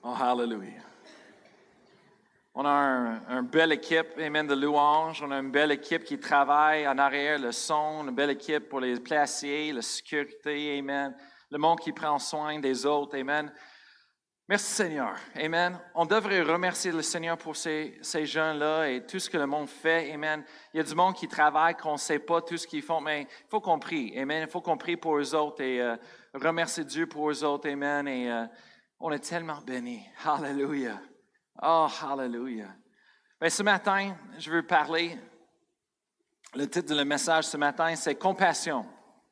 Oh, hallelujah. On a une belle équipe, amen, de louanges. On a une belle équipe qui travaille en arrière, le son, une belle équipe pour les placiers, la sécurité, amen. Le monde qui prend soin des autres, amen. Merci Seigneur, amen. On devrait remercier le Seigneur pour ces gens-là et tout ce que le monde fait, amen. Il y a du monde qui travaille, qu'on ne sait pas tout ce qu'ils font, mais il faut qu'on prie, amen. Il faut qu'on prie pour eux autres et remercier Dieu pour eux autres, amen. Et on est tellement bénis, hallelujah. Oh, hallelujah. Mais ce matin, je veux parler, le titre de le message ce matin, c'est « Compassion,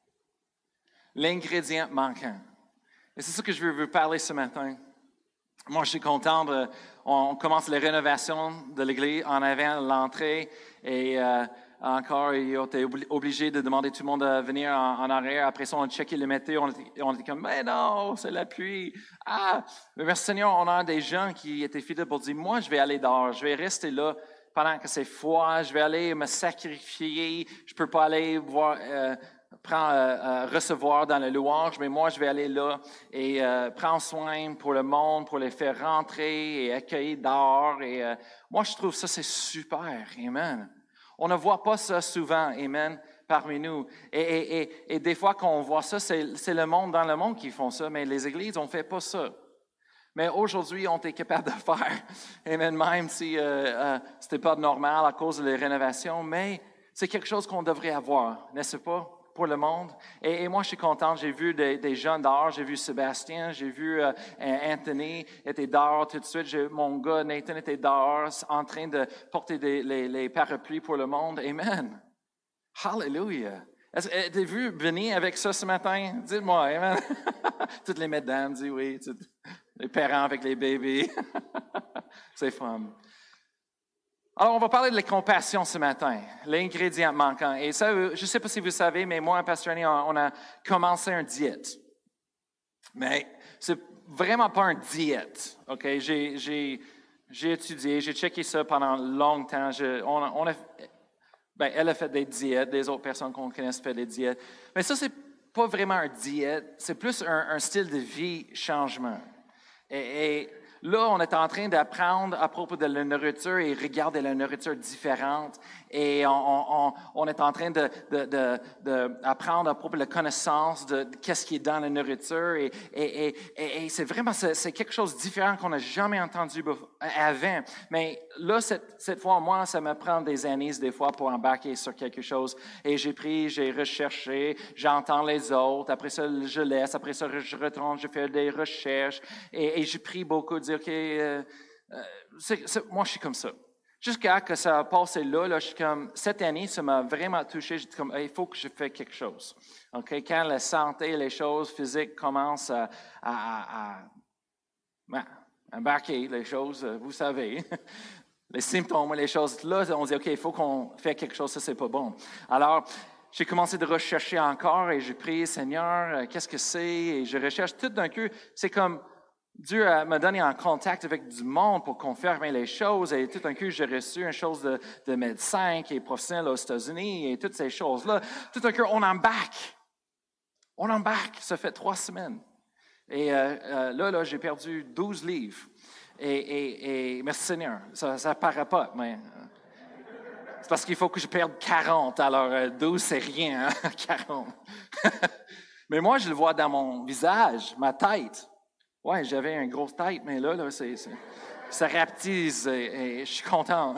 l'ingrédient manquant ». Et c'est ça que je veux vous parler ce matin. Moi, je suis content. On commence les rénovations de l'église en avant l'entrée et encore, ils ont été obligés de demander tout le monde de venir en arrière. Après ça, on a checké le météo. On était comme, mais non, c'est la pluie. Ah, mais merci Seigneur, on a des gens qui étaient fidèles pour dire, moi, je vais aller dehors. Je vais rester là pendant que c'est froid. Je vais aller me sacrifier. Je peux pas aller voir... recevoir dans la louange, mais moi, je vais aller là et prendre soin pour le monde, pour les faire rentrer et accueillir dehors. Et moi, je trouve ça, c'est super. Amen. On ne voit pas ça souvent, amen, parmi nous. Et des fois qu'on voit ça, c'est le monde dans le monde qui font ça, mais les églises, on ne fait pas ça. Mais aujourd'hui, on est capable de faire, amen, même si c'était pas normal à cause des rénovations, mais c'est quelque chose qu'on devrait avoir, n'est-ce pas? Pour le monde. Et moi, je suis content. J'ai vu des jeunes dehors. J'ai vu Sébastien. J'ai vu Anthony était dehors tout de suite. Mon gars Nathan était dehors en train de porter les parapluies pour le monde. Amen. Hallelujah. T'as vu venir avec ça ce matin? Dites-moi, amen. Toutes les mesdames disent oui. Les parents avec les bébés. C'est fun. Alors, on va parler de la compassion ce matin, l'ingrédient manquant. Et ça, je ne sais pas si vous savez, mais moi et Pasteur Annie, on a commencé un diète. Mais c'est vraiment pas un diète, OK? J'ai étudié, j'ai checké ça pendant longtemps. Elle a fait des diètes, des autres personnes qu'on connaît font des diètes. Mais ça, c'est pas vraiment un diète, c'est plus un style de vie changement. Et là, on est en train d'apprendre à propos de la nourriture et regarder la nourriture différente. Et on est en train d'apprendre à propos de la connaissance de qu'est-ce qui est dans la nourriture. Et c'est vraiment, c'est quelque chose de différent qu'on n'a jamais entendu avant. Mais là, cette fois, moi, ça me prend des années, des fois, pour embarquer sur quelque chose. Et j'ai recherché, j'entends les autres. Après ça, je laisse. Après ça, je retourne, je fais des recherches. Et j'ai pris beaucoup de dire, OK, moi, je suis comme ça. Jusqu'à que ça a passé là, je suis comme, cette année, ça m'a vraiment touché. J'étais comme, il faut que je fasse quelque chose. OK? Quand la santé, les choses physiques commencent à embarquer, les choses, vous savez, les symptômes, les choses, là, on dit, OK, il faut qu'on fasse quelque chose, ça, c'est pas bon. Alors, j'ai commencé de rechercher encore et j'ai prié, Seigneur, qu'est-ce que c'est? Et je recherche tout d'un coup. C'est comme, Dieu m'a donné en contact avec du monde pour confirmer les choses et tout d'un coup, j'ai reçu une chose de médecin qui est professionnel aux États-Unis et toutes ces choses-là. Tout d'un coup, on embarque. On embarque. Ça fait 3 semaines. Et là, j'ai perdu 12 livres. Et merci Seigneur. Ça ne paraît pas, mais c'est parce qu'il faut que je perde 40. Alors, 12, c'est rien, hein? 40. Mais moi, je le vois dans mon visage, ma tête. Ouais, j'avais une grosse tête, mais là ça rapetisse et je suis content.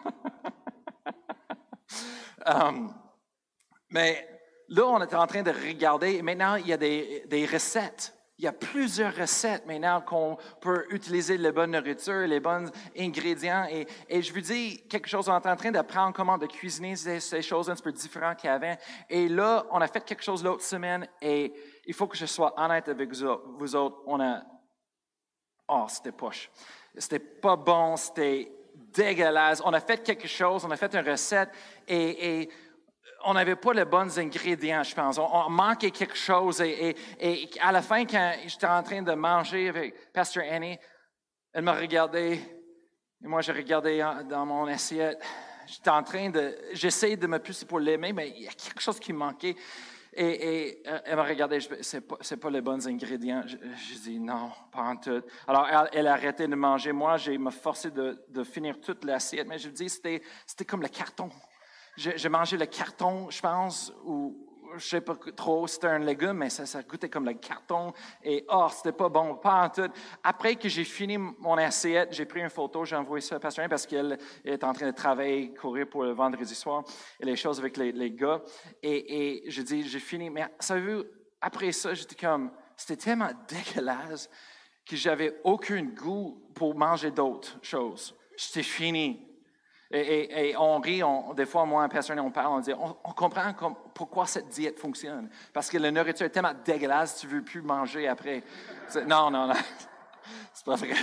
Mais là, on est en train de regarder. Maintenant, il y a des recettes. Il y a plusieurs recettes maintenant qu'on peut utiliser la bonne nourriture, les bons ingrédients. Et je vous dis quelque chose, on est en train d'apprendre comment de cuisiner ces choses un petit peu différentes qu'avant. Et là, on a fait quelque chose l'autre semaine et il faut que je sois honnête avec vous autres. C'était poche. C'était pas bon, c'était dégueulasse. On a fait quelque chose, on a fait une recette et on n'avait pas les bons ingrédients, je pense. On manquait quelque chose et à la fin, quand j'étais en train de manger avec Pastor Annie, elle m'a regardé et moi, je regardais dans mon assiette. J'essayais de me pousser pour l'aimer, mais il y a quelque chose qui me manquait. Elle m'a regardé, c'est pas les bons ingrédients. Je dis non, pas en tout. Alors, elle a arrêté de manger. Moi, j'ai me forcé de finir toute l'assiette, mais je dis, c'était comme le carton. J'ai mangé le carton, je pense, ou je sais pas trop, c'était un légume, mais ça goûtait comme le carton. Et c'était pas bon, pas en tout. Après que j'ai fini mon assiette, j'ai pris une photo, j'ai envoyé ça à Pasteur parce qu'elle est en train de travailler, courir pour le vendredi soir, et les choses avec les gars. Et je dis, j'ai fini. Mais savez-vous, après ça, j'étais comme, c'était tellement dégueulasse que j'avais aucun goût pour manger d'autres choses. J'étais fini. Et on rit, des fois, moi, en personne, on parle, on dit, on comprend pourquoi cette diète fonctionne. Parce que la nourriture est tellement dégueulasse, tu ne veux plus manger après. Non, c'est pas vrai.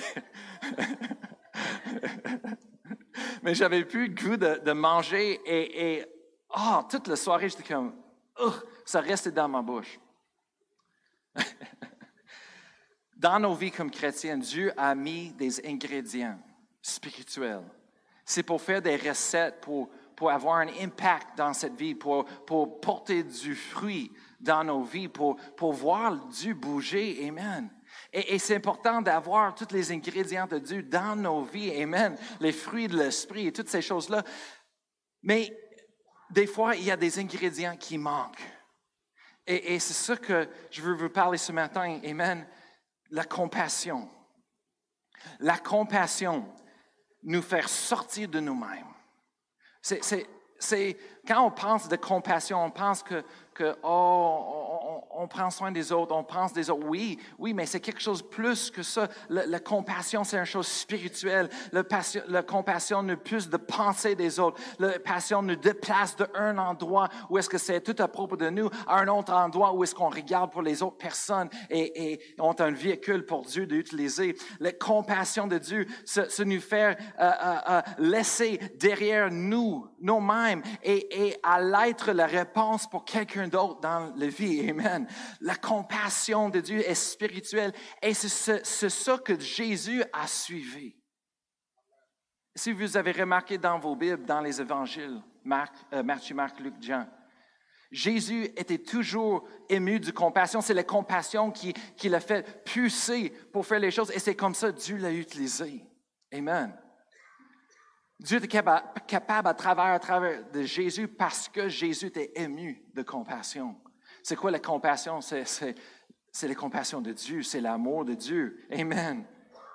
Mais j'avais plus le goût de manger et toute la soirée, j'étais comme, ça restait dans ma bouche. Dans nos vies comme chrétiens, Dieu a mis des ingrédients spirituels. C'est pour faire des recettes, pour avoir un impact dans cette vie, pour porter du fruit dans nos vies, pour voir Dieu bouger. Amen. Et c'est important d'avoir tous les ingrédients de Dieu dans nos vies. Amen. Les fruits de l'esprit et toutes ces choses-là. Mais des fois, il y a des ingrédients qui manquent. Et c'est ça que je veux vous parler ce matin. Amen. La compassion. La compassion. Nous faire sortir de nous-mêmes. C'est quand on pense de compassion, on pense que on prend soin des autres, on pense des autres. Oui, mais c'est quelque chose de plus que ça. La compassion, c'est une chose spirituelle. La compassion nous pousse de penser des autres. La passion nous déplace d'un endroit où est-ce que c'est tout à propos de nous à un autre endroit où est-ce qu'on regarde pour les autres personnes et on a un véhicule pour Dieu d'utiliser. La compassion de Dieu, c'est nous faire laisser derrière nous-mêmes et à l'être la réponse pour quelqu'un d'autre dans la vie. Amen. La compassion de Dieu est spirituelle et c'est ça que Jésus a suivi. Si vous avez remarqué dans vos Bibles, dans les évangiles, Matthieu, Marc, Luc, Jean, Jésus était toujours ému de compassion. C'est la compassion qui l'a fait pousser pour faire les choses et c'est comme ça que Dieu l'a utilisé. Amen. Dieu était capable à travers de Jésus parce que Jésus était ému de compassion. C'est quoi la compassion? C'est la compassion de Dieu, c'est l'amour de Dieu. Amen.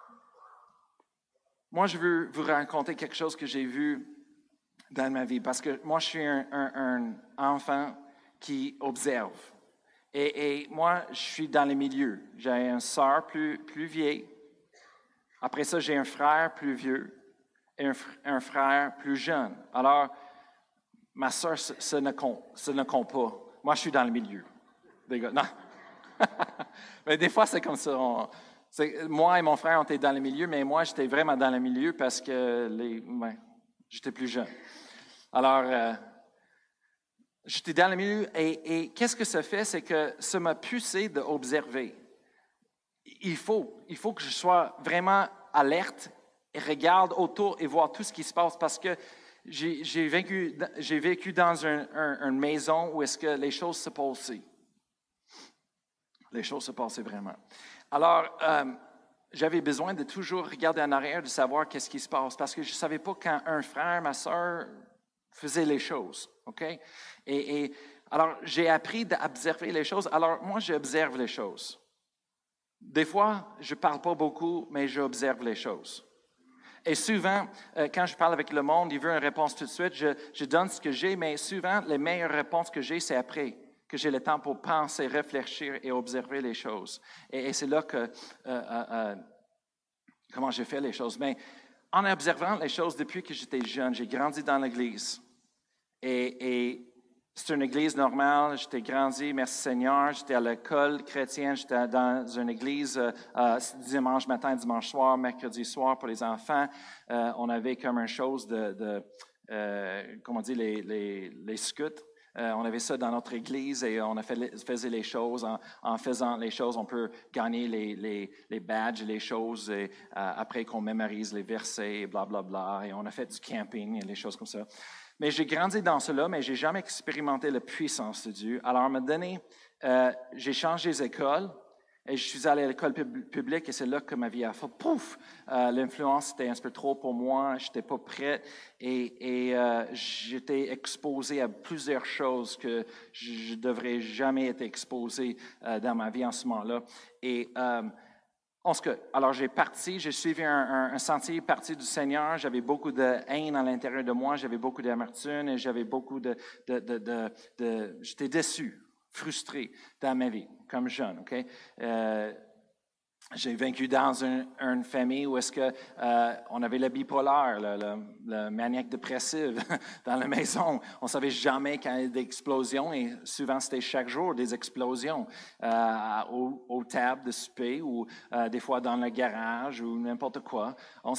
Moi, je veux vous raconter quelque chose que j'ai vu dans ma vie parce que moi, je suis un enfant qui observe. Et moi, je suis dans les milieux. J'ai une sœur plus vieille. Après ça, j'ai un frère plus vieux. Et un frère plus jeune. Alors, ma soeur, ça ne compte pas. Moi, je suis dans le milieu. Non. Mais des fois, c'est comme ça. Moi et mon frère, on était dans le milieu, mais moi, j'étais vraiment dans le milieu parce que j'étais plus jeune. Alors, j'étais dans le milieu et qu'est-ce que ça fait? C'est que ça m'a poussé d'observer. Il faut que je sois vraiment alerte et regarde autour et voir tout ce qui se passe parce que j'ai vécu dans une maison où est-ce que les choses se passaient. Les choses se passaient vraiment. Alors, j'avais besoin de toujours regarder en arrière, de savoir qu'est-ce qui se passe parce que je ne savais pas quand un frère, ma soeur faisaient les choses. OK? Et alors, j'ai appris d'observer les choses. Alors, moi, j'observe les choses. Des fois, je ne parle pas beaucoup, mais j'observe les choses. Et souvent, quand je parle avec le monde, il veut une réponse tout de suite. Je donne ce que j'ai, mais souvent, les meilleures réponses que j'ai, c'est après, que j'ai le temps pour penser, réfléchir et observer les choses. Et c'est là que, comment j'ai fait les choses. Mais en observant les choses depuis que j'étais jeune, j'ai grandi dans l'Église. Et c'est une église normale, j'étais grandi, merci Seigneur, j'étais à l'école chrétienne, j'étais dans une église dimanche matin, dimanche soir, mercredi soir pour les enfants. On avait comme une chose comment dire, les scouts. On avait ça dans notre église et on faisait les choses. En faisant les choses, on peut gagner les badges, les choses, et, après qu'on mémorise les versets, et blablabla. Et on a fait du camping et les choses comme ça. Mais j'ai grandi dans cela, mais j'ai jamais expérimenté la puissance de Dieu. Alors, à un moment donné, j'ai changé les écoles et je suis allé à l'école publique et c'est là que ma vie a fait pouf! L'influence était un peu trop pour moi, je n'étais pas prêt et j'étais exposé à plusieurs choses que je ne devrais jamais être exposé dans ma vie en ce moment-là. Et alors j'ai suivi un sentier parti du Seigneur, j'avais beaucoup de haine à l'intérieur de moi, j'avais beaucoup d'amertume et j'avais beaucoup j'étais déçu, frustré dans ma vie, comme jeune, OK? J'ai vécu dans une famille où est-ce que on avait le bipolaire, le maniaque dépressif dans la maison. On ne savait jamais quand il y avait des explosions et souvent c'était chaque jour des explosions aux tables de souper ou des fois dans le garage ou n'importe quoi.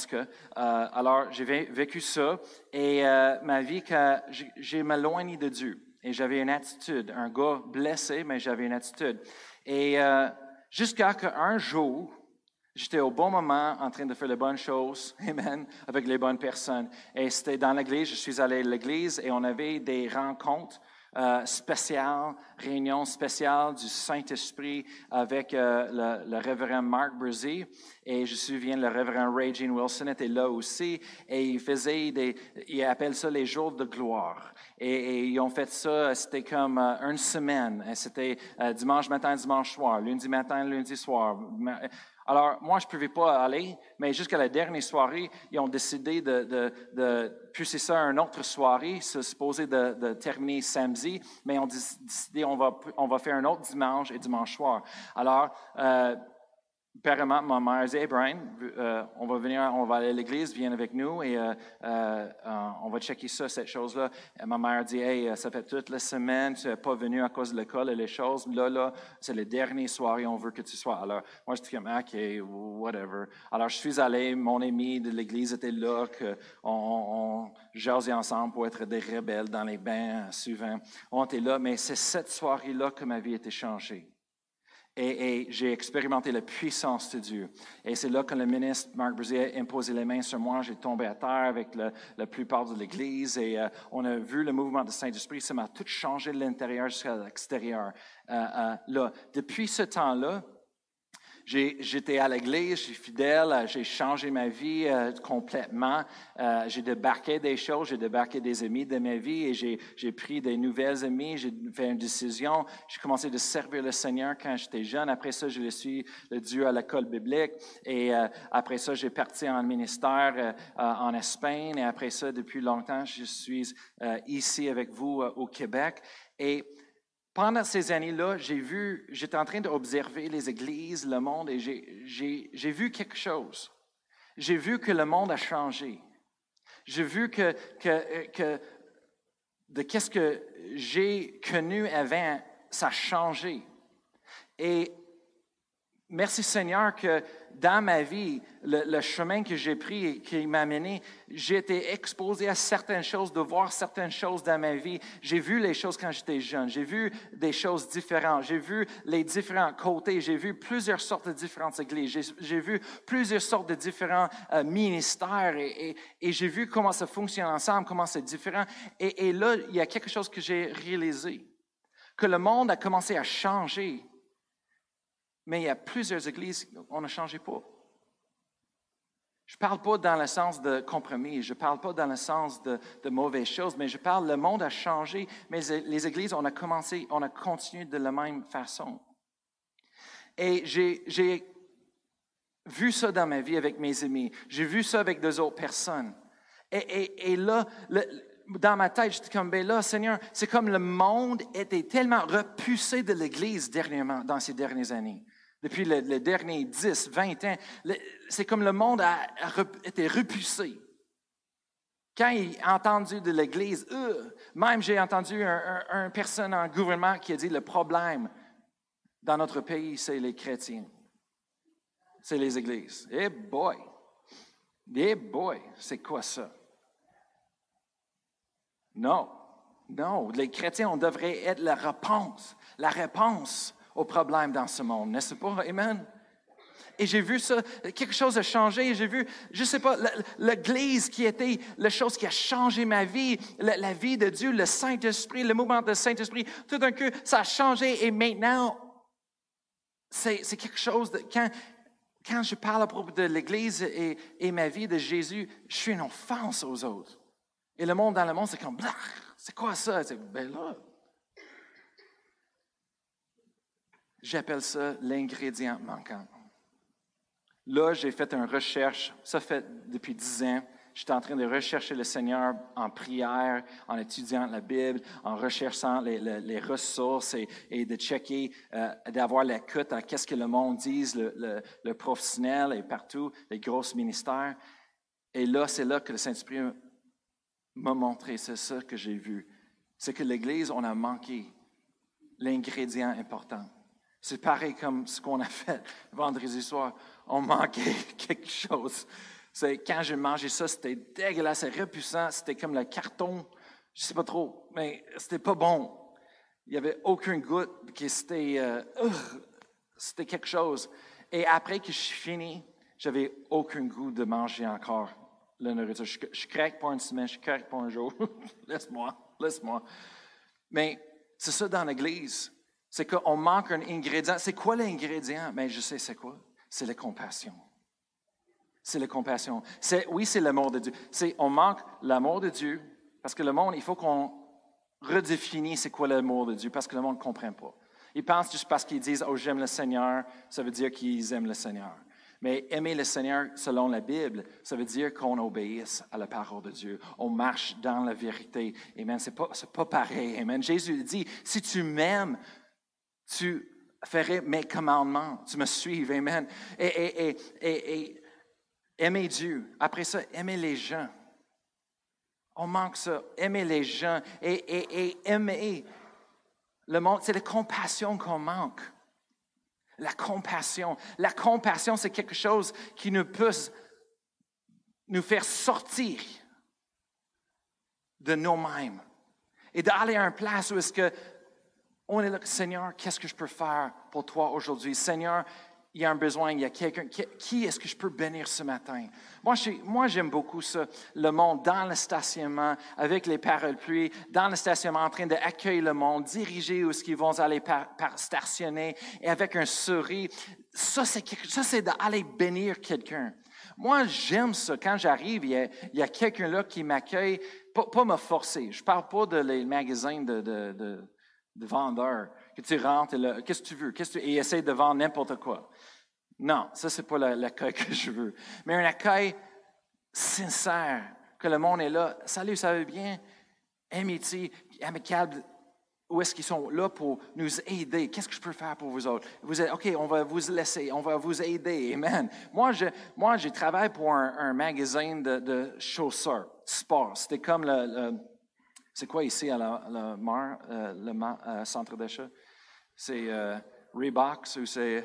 Alors j'ai vécu ça et ma vie que j'ai m'éloigné de Dieu et j'avais une attitude, un gars blessé mais j'avais une attitude et jusqu'à qu'un jour, j'étais au bon moment en train de faire les bonnes choses, amen, avec les bonnes personnes. Et c'était dans l'église, je suis allé à l'église et on avait des rencontres spéciales, réunions spéciales du Saint-Esprit avec le révérend Mark Brzee. Et je me souviens, le révérend Ray Gene Wilson était là aussi. Et il appelle ça les jours de gloire. Et ils ont fait ça, c'était comme une semaine. C'était dimanche matin, dimanche soir, lundi matin, lundi soir. Alors, moi, je ne pouvais pas aller, mais jusqu'à la dernière soirée, ils ont décidé de pousser ça à une autre soirée. C'est supposé de terminer samedi, mais on décidé on va faire un autre dimanche et dimanche soir. Alors, apparemment, ma mère dit, « Hey Brian, on va aller à l'église, viens avec nous et on va checker ça, cette chose-là. » Ma mère dit, « Hey, ça fait toute la semaine, tu n'es pas venu à cause de l'école et les choses. Là, c'est les dernières soirées, on veut que tu sois. » Alors, moi, j'étais comme, « OK, whatever. » Alors, je suis allé, mon ami de l'église était là, on jasait ensemble pour être des rebelles dans les bains, souvent. On était là, mais c'est cette soirée-là que ma vie a été changée. Et j'ai expérimenté la puissance de Dieu. Et c'est là que le ministre Mark Brzee a imposé les mains sur moi. J'ai tombé à terre avec la plupart de l'Église et on a vu le mouvement du Saint-Esprit. Ça m'a tout changé de l'intérieur jusqu'à l'extérieur. Depuis ce temps-là, j'étais à l'église, je suis fidèle, j'ai changé ma vie complètement. J'ai débarqué des choses, j'ai débarqué des amis de ma vie et j'ai pris des nouvelles amies, j'ai fait une décision. J'ai commencé à servir le Seigneur quand j'étais jeune. Après ça, je suis le Dieu à l'école biblique et après ça, j'ai parti en ministère en Espagne et après ça, depuis longtemps, je suis ici avec vous au Québec. Et pendant ces années-là, j'étais en train d'observer les églises, le monde, et j'ai vu quelque chose. J'ai vu que le monde a changé. J'ai vu que de qu'est-ce que j'ai connu avant, ça a changé. Et merci Seigneur que dans ma vie, le chemin que j'ai pris et qui m'a mené, j'ai été exposé à certaines choses, de voir certaines choses dans ma vie. J'ai vu les choses quand j'étais jeune. J'ai vu des choses différentes. J'ai vu les différents côtés. J'ai vu plusieurs sortes de différentes églises. J'ai vu plusieurs sortes de différents ministères et j'ai vu comment ça fonctionne ensemble, comment c'est différent. Et là, il y a quelque chose que j'ai réalisé, que le monde a commencé à changer. Mais il y a plusieurs églises, on ne changé pas. Je ne parle pas dans le sens de compromis, je ne parle pas dans le sens de mauvaises choses, mais je parle, le monde a changé, mais les églises, on a continué de la même façon. Et j'ai vu ça dans ma vie avec mes amis, j'ai vu ça avec deux autres personnes. Et là, dans ma tête, j'étais comme, ben là, Seigneur, c'est comme le monde était tellement repoussé de l'Église dernièrement, dans ces dernières années. Depuis les derniers 10, 20 ans, c'est comme le monde a été repoussé. Quand il a entendu de l'Église, même j'ai entendu une personne en gouvernement qui a dit, le problème dans notre pays, c'est les chrétiens. C'est les églises. Eh boy! C'est quoi ça? Non, les chrétiens, on devrait être la réponse aux problèmes dans ce monde, n'est-ce pas? Amen? Et j'ai vu ça, quelque chose a changé. J'ai vu, je ne sais pas, l'Église qui était la chose qui a changé ma vie, la vie de Dieu, le Saint-Esprit, le mouvement du Saint-Esprit. Tout d'un coup, ça a changé. Et maintenant, c'est quelque chose de... Quand je parle à propos de l'Église et ma vie de Jésus, je suis une offense aux autres. Et le monde dans le monde, c'est comme, c'est quoi ça? Ben là, j'appelle ça l'ingrédient manquant. Là, j'ai fait une recherche, ça fait depuis 10 ans. J'étais en train de rechercher le Seigneur en prière, en étudiant la Bible, en recherchant les ressources et de checker, d'avoir l'écoute à qu'est-ce que le monde dit, le professionnel et partout, les gros ministères. Et là, c'est là que le Saint-Esprit m'a montré, c'est ça que j'ai vu. C'est que l'Église, on a manqué l'ingrédient important. C'est pareil comme ce qu'on a fait vendredi soir. On manquait quelque chose. Quand j'ai mangé ça, c'était dégueulasse, c'était repoussant, c'était comme le carton, je ne sais pas trop, mais c'était pas bon. Il n'y avait aucun goût, c'était quelque chose. Et après que je suis fini, j'avais aucun goût de manger encore la nourriture. Je craque pour une semaine, je craque pour un jour. Laisse-moi. Mais c'est ça dans l'Église. C'est qu'on manque un ingrédient. C'est quoi l'ingrédient? Mais je sais c'est quoi. C'est la compassion. C'est la compassion. Oui, c'est l'amour de Dieu. On manque l'amour de Dieu parce que le monde, il faut qu'on redéfinisse c'est quoi l'amour de Dieu parce que le monde ne comprend pas. Ils pensent juste parce qu'ils disent « Oh, j'aime le Seigneur », ça veut dire qu'ils aiment le Seigneur. Mais aimer le Seigneur, selon la Bible, ça veut dire qu'on obéisse à la parole de Dieu. On marche dans la vérité. Amen. C'est pas pareil. Amen. Jésus dit « Si tu m'aimes, tu ferais mes commandements, tu me suives. » Amen. Et aimer Dieu. Après ça, aimer les gens. On manque ça. Aimer les gens et aimer le monde. C'est la compassion qu'on manque. La compassion. La compassion, c'est quelque chose qui nous peut nous faire sortir de nous-mêmes et d'aller à une place où est-ce que on est là, Seigneur, qu'est-ce que je peux faire pour toi aujourd'hui? Seigneur, il y a un besoin, il y a quelqu'un. Qui est-ce que je peux bénir ce matin? Moi, j'aime beaucoup ça. Le monde dans le stationnement, avec les parapluies, dans le stationnement, en train d'accueillir le monde, diriger où est-ce qu'ils vont aller stationner, et avec un sourire. Ça, c'est d'aller bénir quelqu'un. Moi, j'aime ça. Quand j'arrive, il y a quelqu'un là qui m'accueille, pas me forcer. Je ne parle pas de les magasins de vendeurs, que tu rentres et là, qu'est-ce que tu veux? Et essaie de vendre n'importe quoi. Non, ça, c'est pas l'accueil que je veux. Mais un accueil sincère, que le monde est là. Salut, ça va bien? Amitié, amicable. Où est-ce qu'ils sont là pour nous aider? Qu'est-ce que je peux faire pour vous autres? OK, on va vous laisser, on va vous aider. Amen. Moi, je travaille pour un magasin de chaussures, sport. C'était comme c'est quoi ici à le centre d'achat? C'est Reebok ou c'est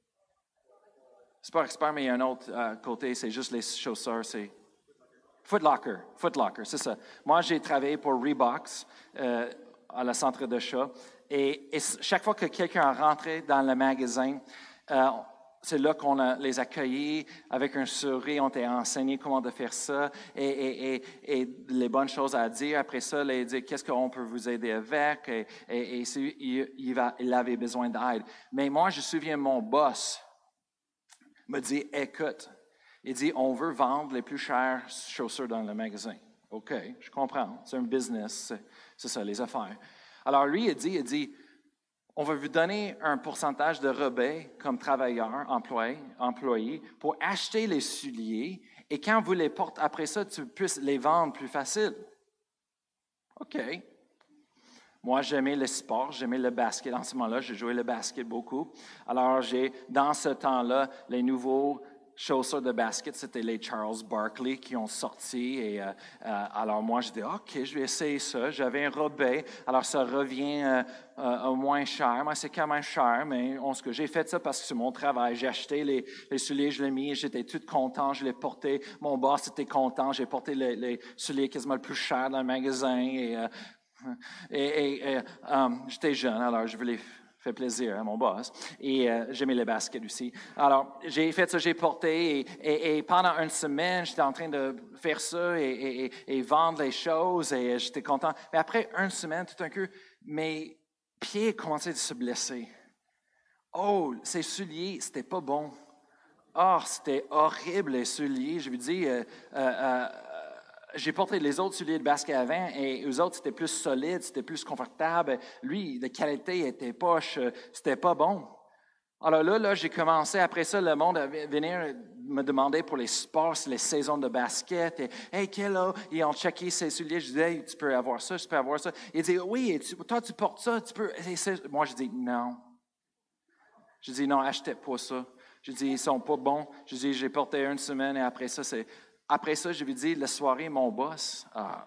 pas expert, mais il y a un autre côté, c'est juste les chaussures, c'est Foot Locker, c'est ça. Moi, j'ai travaillé pour Reebok à le centre d'achat et chaque fois que quelqu'un a rentré dans le magasin, c'est là qu'on a les accueillis avec un sourire, on t'a enseigné comment de faire ça et les bonnes choses à dire. Après ça, il dit qu'est-ce qu'on peut vous aider avec et il avait besoin d'aide. Mais moi, je me souviens, mon boss me dit, écoute, il dit, on veut vendre les plus chères chaussures dans le magasin. OK, je comprends, c'est un business, c'est ça, les affaires. Alors lui, il dit, on va vous donner un pourcentage de rabais comme travailleur, employé, pour acheter les souliers et quand vous les portez après ça, tu puisses les vendre plus facile. OK. Moi, j'aimais le sport, j'aimais le basket. En ce moment-là, j'ai joué le basket beaucoup. Alors, dans ce temps-là, les nouveaux chaussures de basket, c'était les Charles Barkley qui ont sorti. Et alors moi, je dis, OK, je vais essayer ça. J'avais un rabais, alors ça revient au moins cher. Moi, c'est quand même cher, mais j'ai fait ça parce que c'est mon travail. J'ai acheté les souliers, je l'ai mis, j'étais tout content, je les portais. Mon boss était content, j'ai porté les souliers quasiment le plus cher dans le magasin. Et j'étais jeune, alors je voulais fait plaisir à mon boss. Et j'aimais les baskets aussi. Alors, j'ai fait ça, j'ai porté. Et pendant une semaine, j'étais en train de faire ça et vendre les choses. Et j'étais content. Mais après une semaine, tout d'un coup, mes pieds commençaient à se blesser. Oh, ces souliers, c'était pas bon. Oh, c'était horrible, les souliers. Je vous dis, j'ai porté les autres souliers de basket avant et eux autres, c'était plus solide, c'était plus confortable. Lui, la qualité était poche, c'était pas bon. Alors là, j'ai commencé, après ça, le monde venir me demander pour les sports, les saisons de basket. Et, hey, ils ont checké ses souliers. Je disais, hey, tu peux avoir ça, je peux avoir ça. Il dit, oui, toi, tu portes ça, tu peux. Moi, je dis, non. Je dis, non, achetez pas ça. Je dis, ils sont pas bons. Je dis, j'ai porté une semaine et après ça, je lui dis, la soirée, mon boss,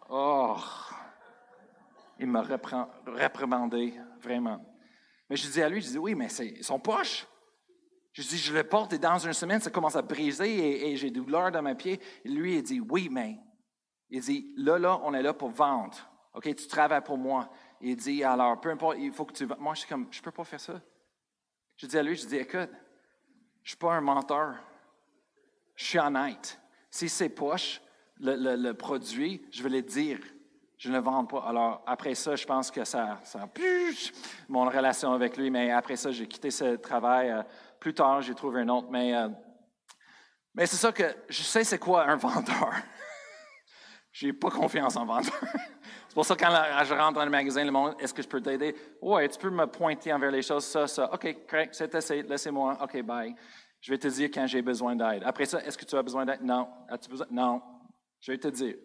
il m'a réprimandé, vraiment. Mais je dis à lui, oui, mais ils sont poches. Je dis, je le porte et dans une semaine, ça commence à briser et j'ai douleur dans mes pieds. Et lui, il dit, oui, mais, il dit, là, on est là pour vendre. OK, tu travailles pour moi. Il dit, alors, peu importe, il faut que tu vendes. Moi, je suis comme, je peux pas faire ça. Je dis à lui, écoute, je suis pas un menteur. Je suis honnête. Si c'est poche, le produit, je vais le dire. Je ne le vends pas. Alors, après ça, je pense que ça mon relation avec lui. Mais après ça, j'ai quitté ce travail. Plus tard, j'ai trouvé un autre. Mais c'est ça que je sais c'est quoi un vendeur. Je n'ai pas confiance en vendeur. C'est pour ça que quand je rentre dans le magasin, le monde, est-ce que je peux t'aider? Oui, tu peux me pointer envers les choses, ça. OK, correct, c'est assez, laissez-moi. OK, bye. Je vais te dire quand j'ai besoin d'aide. Après ça, est-ce que tu as besoin d'aide? Non. As-tu besoin? Non. Je vais te dire.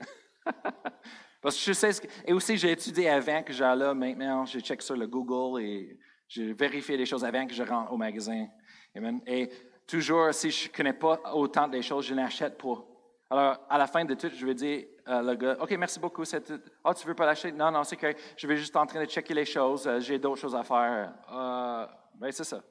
Parce que je sais et aussi, j'ai étudié avant que j'allais là. Maintenant, je check sur le Google et je vérifie les choses avant que je rentre au magasin. Amen. Et toujours, si je ne connais pas autant des choses, je n'achète pas. Alors, à la fin de tout, je vais dire le gars, OK, merci beaucoup. Tu ne veux pas l'acheter? Non, c'est correct. Je vais juste en train de checker les choses. J'ai d'autres choses à faire. C'est ça.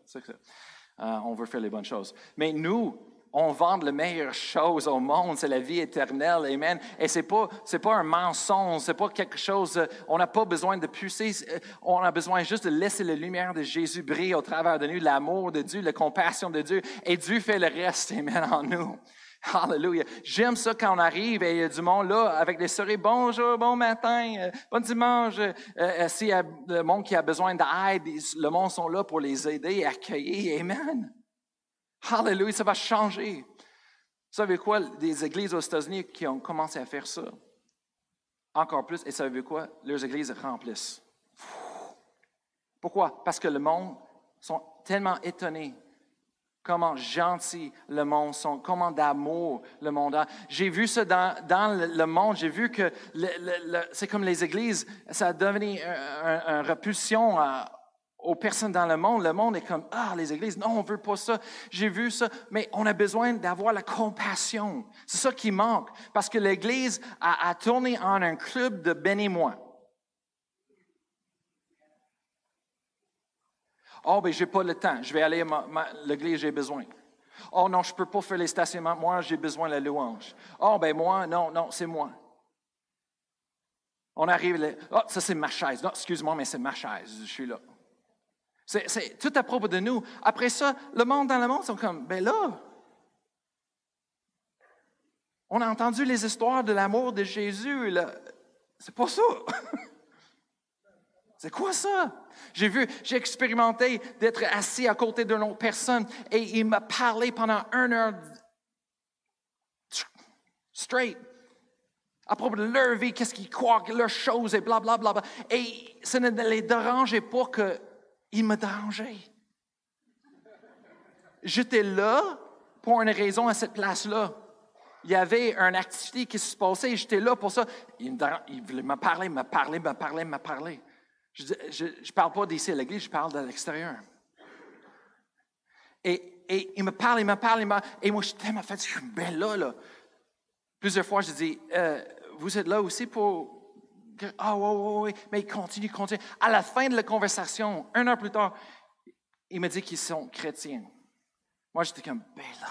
On veut faire les bonnes choses. Mais nous, on vend les meilleures choses au monde, c'est la vie éternelle, amen. Et c'est pas un mensonge, c'est pas quelque chose, on n'a pas besoin de pousser, on a besoin juste de laisser la lumière de Jésus briller au travers de nous, l'amour de Dieu, la compassion de Dieu, et Dieu fait le reste, amen, en nous. Hallelujah. J'aime ça quand on arrive et il y a du monde là avec des sourires. Bonjour, bon matin, bon dimanche. S'il y a le monde qui a besoin d'aide, le monde sont là pour les aider et accueillir. Amen. Hallelujah, ça va changer. Vous savez quoi? Des églises aux États-Unis qui ont commencé à faire ça. Encore plus, et savez quoi? Leurs églises remplissent. Pourquoi? Parce que le monde sont tellement étonnés. Comment gentil le monde sont, comment d'amour le monde a. J'ai vu ça dans le monde, j'ai vu que c'est comme les églises, ça a devenu une repulsion aux personnes dans le monde. Le monde est comme, les églises, non, on ne veut pas ça. J'ai vu ça, mais on a besoin d'avoir la compassion. C'est ça qui manque, parce que l'église a tourné en un club de bénis-moi. Oh, ben, j'ai pas le temps. Je vais aller à l'église, j'ai besoin. Oh, non, je peux pas faire les stationnements. Moi, j'ai besoin de la louange. Oh, ben, moi, non, c'est moi. On arrive, ça, c'est ma chaise. Non, excuse-moi, mais c'est ma chaise. Je suis là. C'est tout à propos de nous. Après ça, le monde dans le monde sont comme, ben là, on a entendu les histoires de l'amour de Jésus. Là. C'est pas ça. C'est quoi ça? J'ai expérimenté d'être assis à côté d'une autre personne et il m'a parlé pendant 1 heure straight à propos de leur vie, qu'est-ce qu'ils croient, leurs choses et blablabla. Bla, bla. Et ça ne les dérangeait pas qu'ils me dérangeaient. J'étais là pour une raison à cette place-là. Il y avait une activité qui se passait et j'étais là pour ça. Il voulait me parler. Je ne parle pas d'ici à l'église, je parle de l'extérieur. Et il me parle, et moi, je suis tellement fatigué, ben là. Plusieurs fois, je dis, vous êtes là aussi pour... oui, mais il continue. À la fin de la conversation, 1 heure plus tard, il me dit qu'ils sont chrétiens. Moi, j'étais comme, ben là.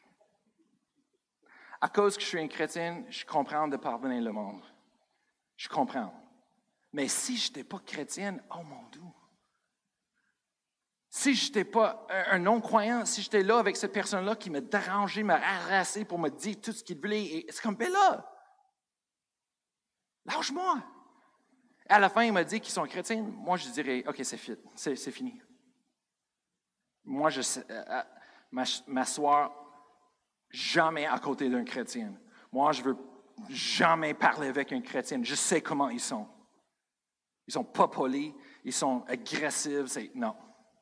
À cause que je suis une chrétienne, je comprends de pardonner le monde. Je comprends. Mais si je n'étais pas chrétienne, oh mon Dieu. Si je n'étais pas un non-croyant, si j'étais là avec cette personne-là qui me dérangeait, m'a harassé pour me dire tout ce qu'il voulait, et c'est comme, ben là, lâche-moi. Et à la fin, il m'a dit qu'ils sont chrétiens. Moi, je dirais, OK, c'est fini. Moi, je sais, m'asseoir jamais à côté d'un chrétien. Moi, je veux jamais parler avec un chrétien. Je sais comment ils sont. Ils sont pas polis, ils sont agressifs. Non.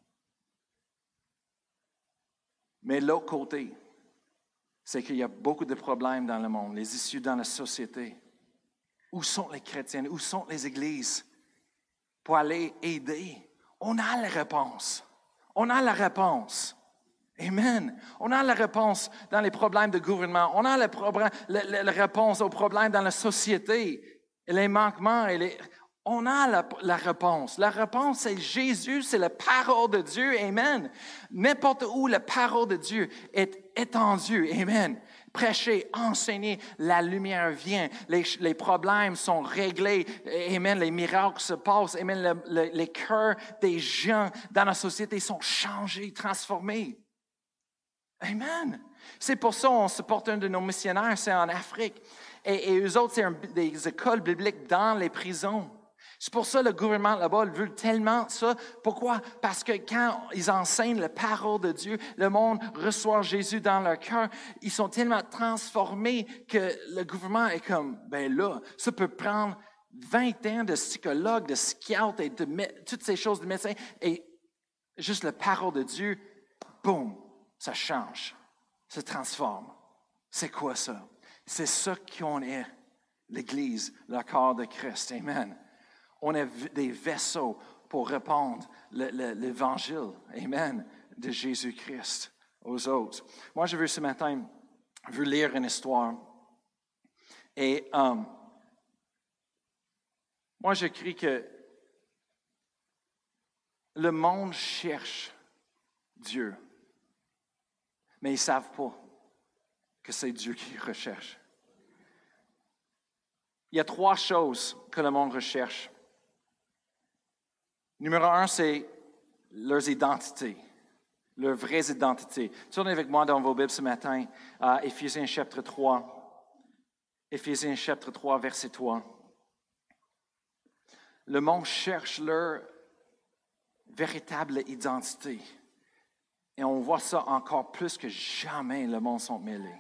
Mais l'autre côté, c'est qu'il y a beaucoup de problèmes dans le monde, les issues dans la société. Où sont les chrétiens? Où sont les églises pour aller aider? On a la réponse. On a la réponse. Amen. On a la réponse dans les problèmes de gouvernement. On a la réponse aux problèmes dans la société. Et les manquements. On a la réponse. La réponse, c'est Jésus, c'est la parole de Dieu. Amen. N'importe où la parole de Dieu est étendue. Amen. Prêcher, enseigner, la lumière vient, les problèmes sont réglés, amen, les miracles se passent, amen, les cœurs des gens dans la société sont changés, transformés. Amen. C'est pour ça qu'on supporte un de nos missionnaires, c'est en Afrique, et eux autres, c'est des écoles bibliques dans les prisons. C'est pour ça que le gouvernement là-bas veut tellement ça. Pourquoi? Parce que quand ils enseignent la parole de Dieu, le monde reçoit Jésus dans leur cœur. Ils sont tellement transformés que le gouvernement est comme, ben là, ça peut prendre 20 ans de psychologues, de scouts et toutes ces choses de médecins. Et juste la parole de Dieu, boum, ça change, se transforme. C'est quoi ça? C'est ça qu'on est, l'Église, le corps de Christ. Amen. On est des vaisseaux pour répandre l'Évangile, amen, de Jésus-Christ aux autres. Moi, je veux ce matin, lire une histoire. Et moi, j'écris que le monde cherche Dieu, mais ils ne savent pas que c'est Dieu qui recherche. Il y a 3 choses que le monde recherche. Numéro 1, c'est leurs identités, leurs vraies identités. Tournez avec moi dans vos Bibles ce matin à Éphésiens chapitre 3. Éphésiens chapitre 3, verset 3. Le monde cherche leur véritable identité. Et on voit ça encore plus que jamais, le monde sont mêlés.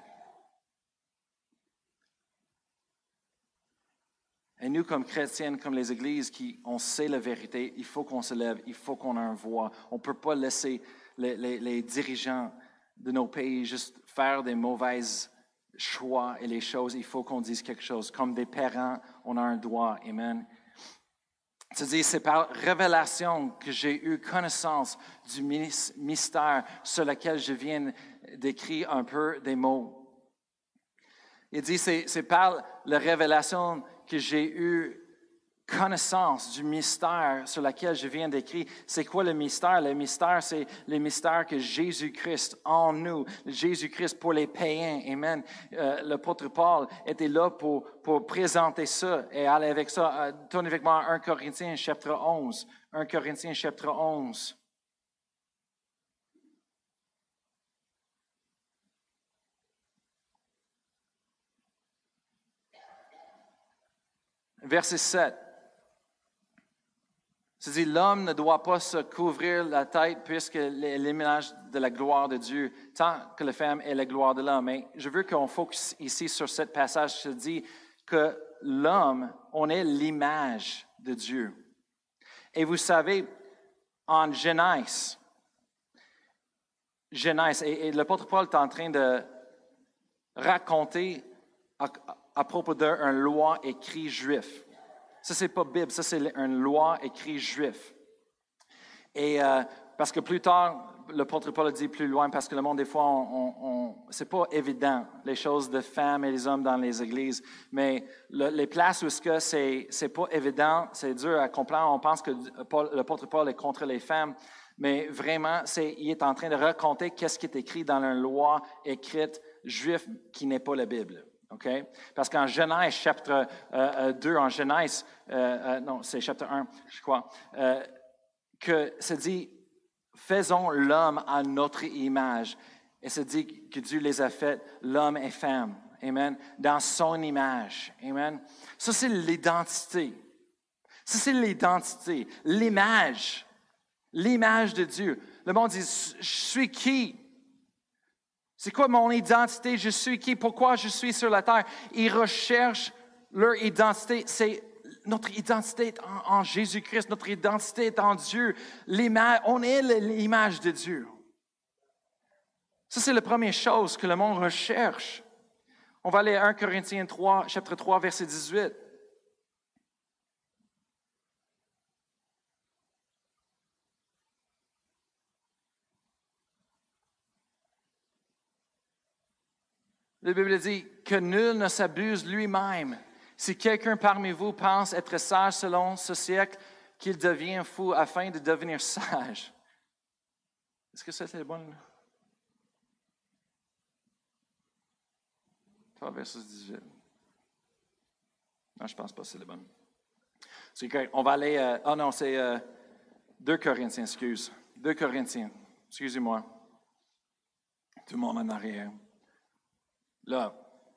Et nous, comme chrétiens, comme les églises, on sait la vérité, il faut qu'on se lève, il faut qu'on ait une voix. On ne peut pas laisser les dirigeants de nos pays juste faire des mauvais choix et les choses. Il faut qu'on dise quelque chose. Comme des parents, on a un droit. Amen. C'est-à-dire, c'est par révélation que j'ai eu connaissance du mystère sur lequel je viens d'écrire un peu des mots. Il dit, c'est par la révélation que j'ai eu connaissance du mystère sur lequel je viens d'écrire. C'est quoi le mystère? Le mystère, c'est le mystère que Jésus-Christ en nous, Jésus-Christ pour les païens. Amen. L'apôtre Paul était là pour présenter ça et aller avec ça. Tournez avec moi à 1 Corinthiens chapitre 11. 1 Corinthiens chapitre 11. Verset 7. C'est-à-dire, l'homme ne doit pas se couvrir la tête puisque l'image de la gloire de Dieu, tant que la femme est la gloire de l'homme. Mais je veux qu'on focus ici sur ce passage qui dit que l'homme, on est l'image de Dieu. Et vous savez, en Genèse, et l'apôtre Paul est en train de raconter à propos d'une loi écrite juif. Ça, c'est pas Bible, ça, c'est une loi écrite juif. Et parce que plus tard, l'apôtre Paul a dit plus loin, parce que le monde, des fois, c'est pas évident, les choses de femmes et les hommes dans les églises, mais les places où c'est pas évident, c'est dur à comprendre, on pense que l'apôtre Paul est contre les femmes, mais vraiment, il est en train de raconter qu'est-ce qui est écrit dans une loi écrite juif qui n'est pas la Bible. Okay? Parce qu'en Genèse, chapitre 2, en Genèse, non, c'est chapitre 1, je crois, que ça dit, faisons l'homme à notre image. Et ça dit que Dieu les a faits, l'homme et femme. Amen. Dans son image. Amen. Ça, c'est l'identité. Ça, c'est l'identité. L'image. L'image de Dieu. Le monde dit, je suis qui? C'est quoi mon identité? Je suis qui? Pourquoi je suis sur la terre? Ils recherchent leur identité. C'est notre identité est en Jésus-Christ. Notre identité est en Dieu. On est l'image de Dieu. Ça, c'est la première chose que le monde recherche. On va aller à 1 Corinthiens 3, chapitre 3, verset 18. La Bible dit que nul ne s'abuse lui-même. Si quelqu'un parmi vous pense être sage selon ce siècle, qu'il devient fou afin de devenir sage. Est-ce que ça, c'est bon? 3, verset 18. Non, je ne pense pas que c'est le bon. C'est correct. On va aller... non, c'est 2 Corinthiens, excuse. 2 Corinthiens. Excusez-moi. Tout le monde en arrière. Là.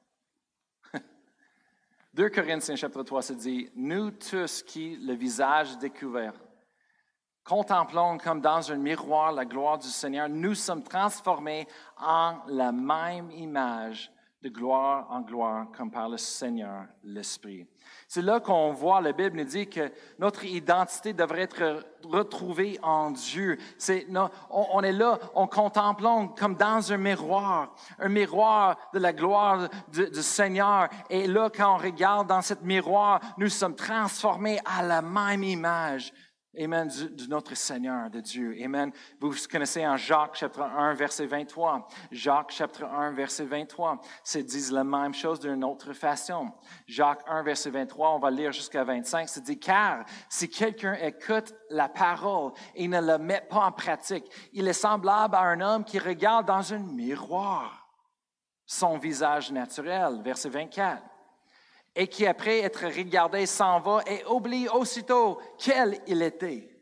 2 Corinthiens, chapitre 3, ça dit, « Nous tous qui, le visage découvert, contemplons comme dans un miroir la gloire du Seigneur, nous sommes transformés en la même image de gloire en gloire, comme par le Seigneur, l'Esprit. » C'est là qu'on voit, la Bible nous dit que notre identité devrait être retrouvée en Dieu. On est là, on contemple comme dans un miroir de la gloire du Seigneur. Et là, quand on regarde dans ce miroir, nous sommes transformés à la même image. Amen, de notre Seigneur, de Dieu. Amen. Vous connaissez en Jacques, chapitre 1, verset 23. Jacques, chapitre 1, verset 23. C'est dit la même chose d'une autre façon. Jacques 1, verset 23, on va lire jusqu'à 25. C'est dit, « Car si quelqu'un écoute la parole et ne la met pas en pratique, il est semblable à un homme qui regarde dans un miroir son visage naturel. » Verset 24. Et qui, après être regardé, s'en va et oublie aussitôt quel il était.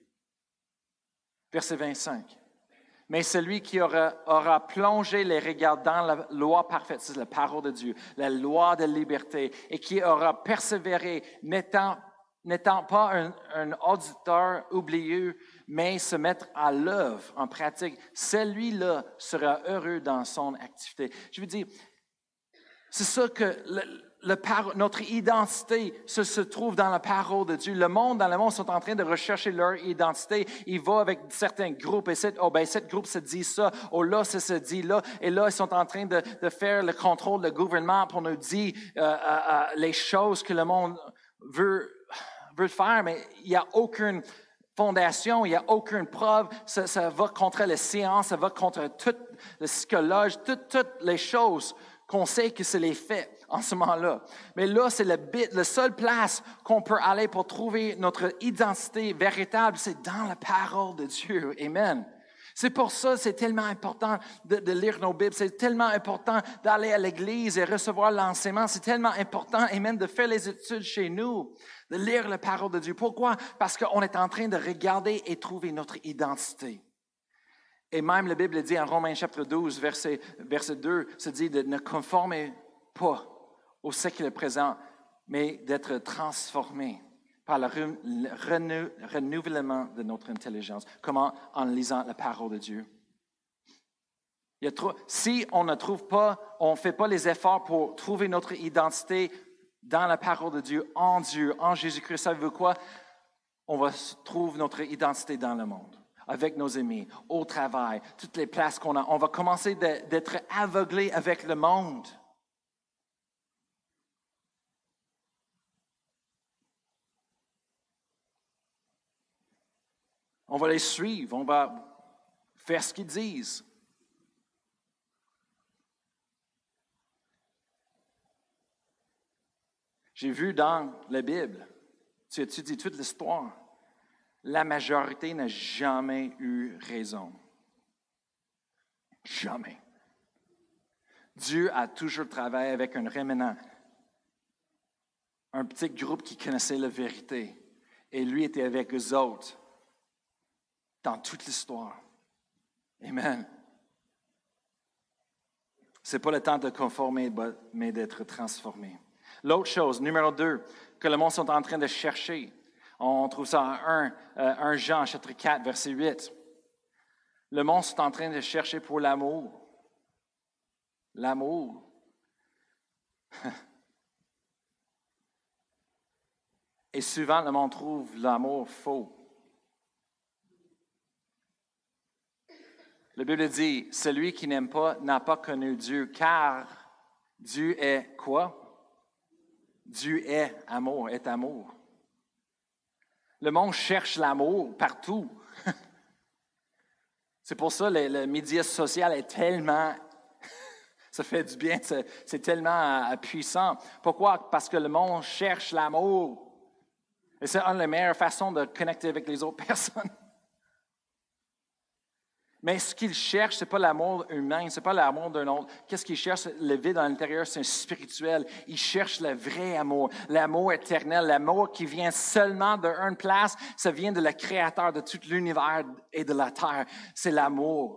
Verset 25. Mais celui qui aura plongé les regards dans la loi parfaite, c'est la parole de Dieu, la loi de liberté, et qui aura persévéré, n'étant pas un auditeur oublieux, mais se mettre à l'œuvre, en pratique, celui-là sera heureux dans son activité. Je veux dire, c'est ça que notre identité se trouve dans la parole de Dieu. Dans le monde, sont en train de rechercher leur identité. Ils vont avec certains groupes et cette groupe se dit ça, là, ça se dit là. Et là, ils sont en train de faire le contrôle du gouvernement pour nous dire les choses que le monde veut faire, mais il n'y a aucune fondation, il n'y a aucune preuve. Ça va contre les sciences, ça va contre tout le psychologue, toutes les choses qu'on sait que c'est les faits en ce moment-là. Mais là, c'est la seule place qu'on peut aller pour trouver notre identité véritable, c'est dans la parole de Dieu. Amen. C'est pour ça, c'est tellement important de lire nos Bibles, c'est tellement important d'aller à l'église et recevoir l'enseignement, c'est tellement important, amen, de faire les études chez nous, de lire la parole de Dieu. Pourquoi? Parce qu'on est en train de regarder et trouver notre identité. Et même la Bible dit en Romains chapitre 12, verset 2, se dit de ne conformer pas au siècle présent, mais d'être transformé par le renouvellement de notre intelligence. Comment? En lisant la parole de Dieu. Si on ne trouve pas, on ne fait pas les efforts pour trouver notre identité dans la parole de Dieu, en Jésus-Christ, savez-vous quoi? On va trouver notre identité dans le monde, avec nos amis, au travail, toutes les places qu'on a. On va commencer d'être aveuglés avec le monde. On va les suivre, on va faire ce qu'ils disent. J'ai vu dans la Bible, tu étudies toute l'histoire, la majorité n'a jamais eu raison. Jamais. Dieu a toujours travaillé avec un rémanent, un petit groupe qui connaissait la vérité, et lui était avec eux autres dans toute l'histoire. Amen. Ce n'est pas le temps de conformer, mais d'être transformé. L'autre chose, numéro 2, que le monde est en train de chercher, on trouve ça en 1 Jean, chapitre 4, verset 8. Le monde est en train de chercher pour l'amour. L'amour. Et souvent, le monde trouve l'amour faux. La Bible dit, celui qui n'aime pas n'a pas connu Dieu, car Dieu est quoi? Dieu est amour, est amour. Le monde cherche l'amour partout. C'est pour ça que le média social est tellement, ça fait du bien, c'est tellement puissant. Pourquoi? Parce que le monde cherche l'amour. Et c'est une des meilleures façons de connecter avec les autres personnes. Mais ce qu'il cherche, ce n'est pas l'amour humain, ce n'est pas l'amour d'un autre. Qu'est-ce qu'il cherche? Le vide à l'intérieur, c'est un spirituel. Il cherche le vrai amour, l'amour éternel, l'amour qui vient seulement d'une place. Ça vient de le Créateur de tout l'univers et de la terre. C'est l'amour.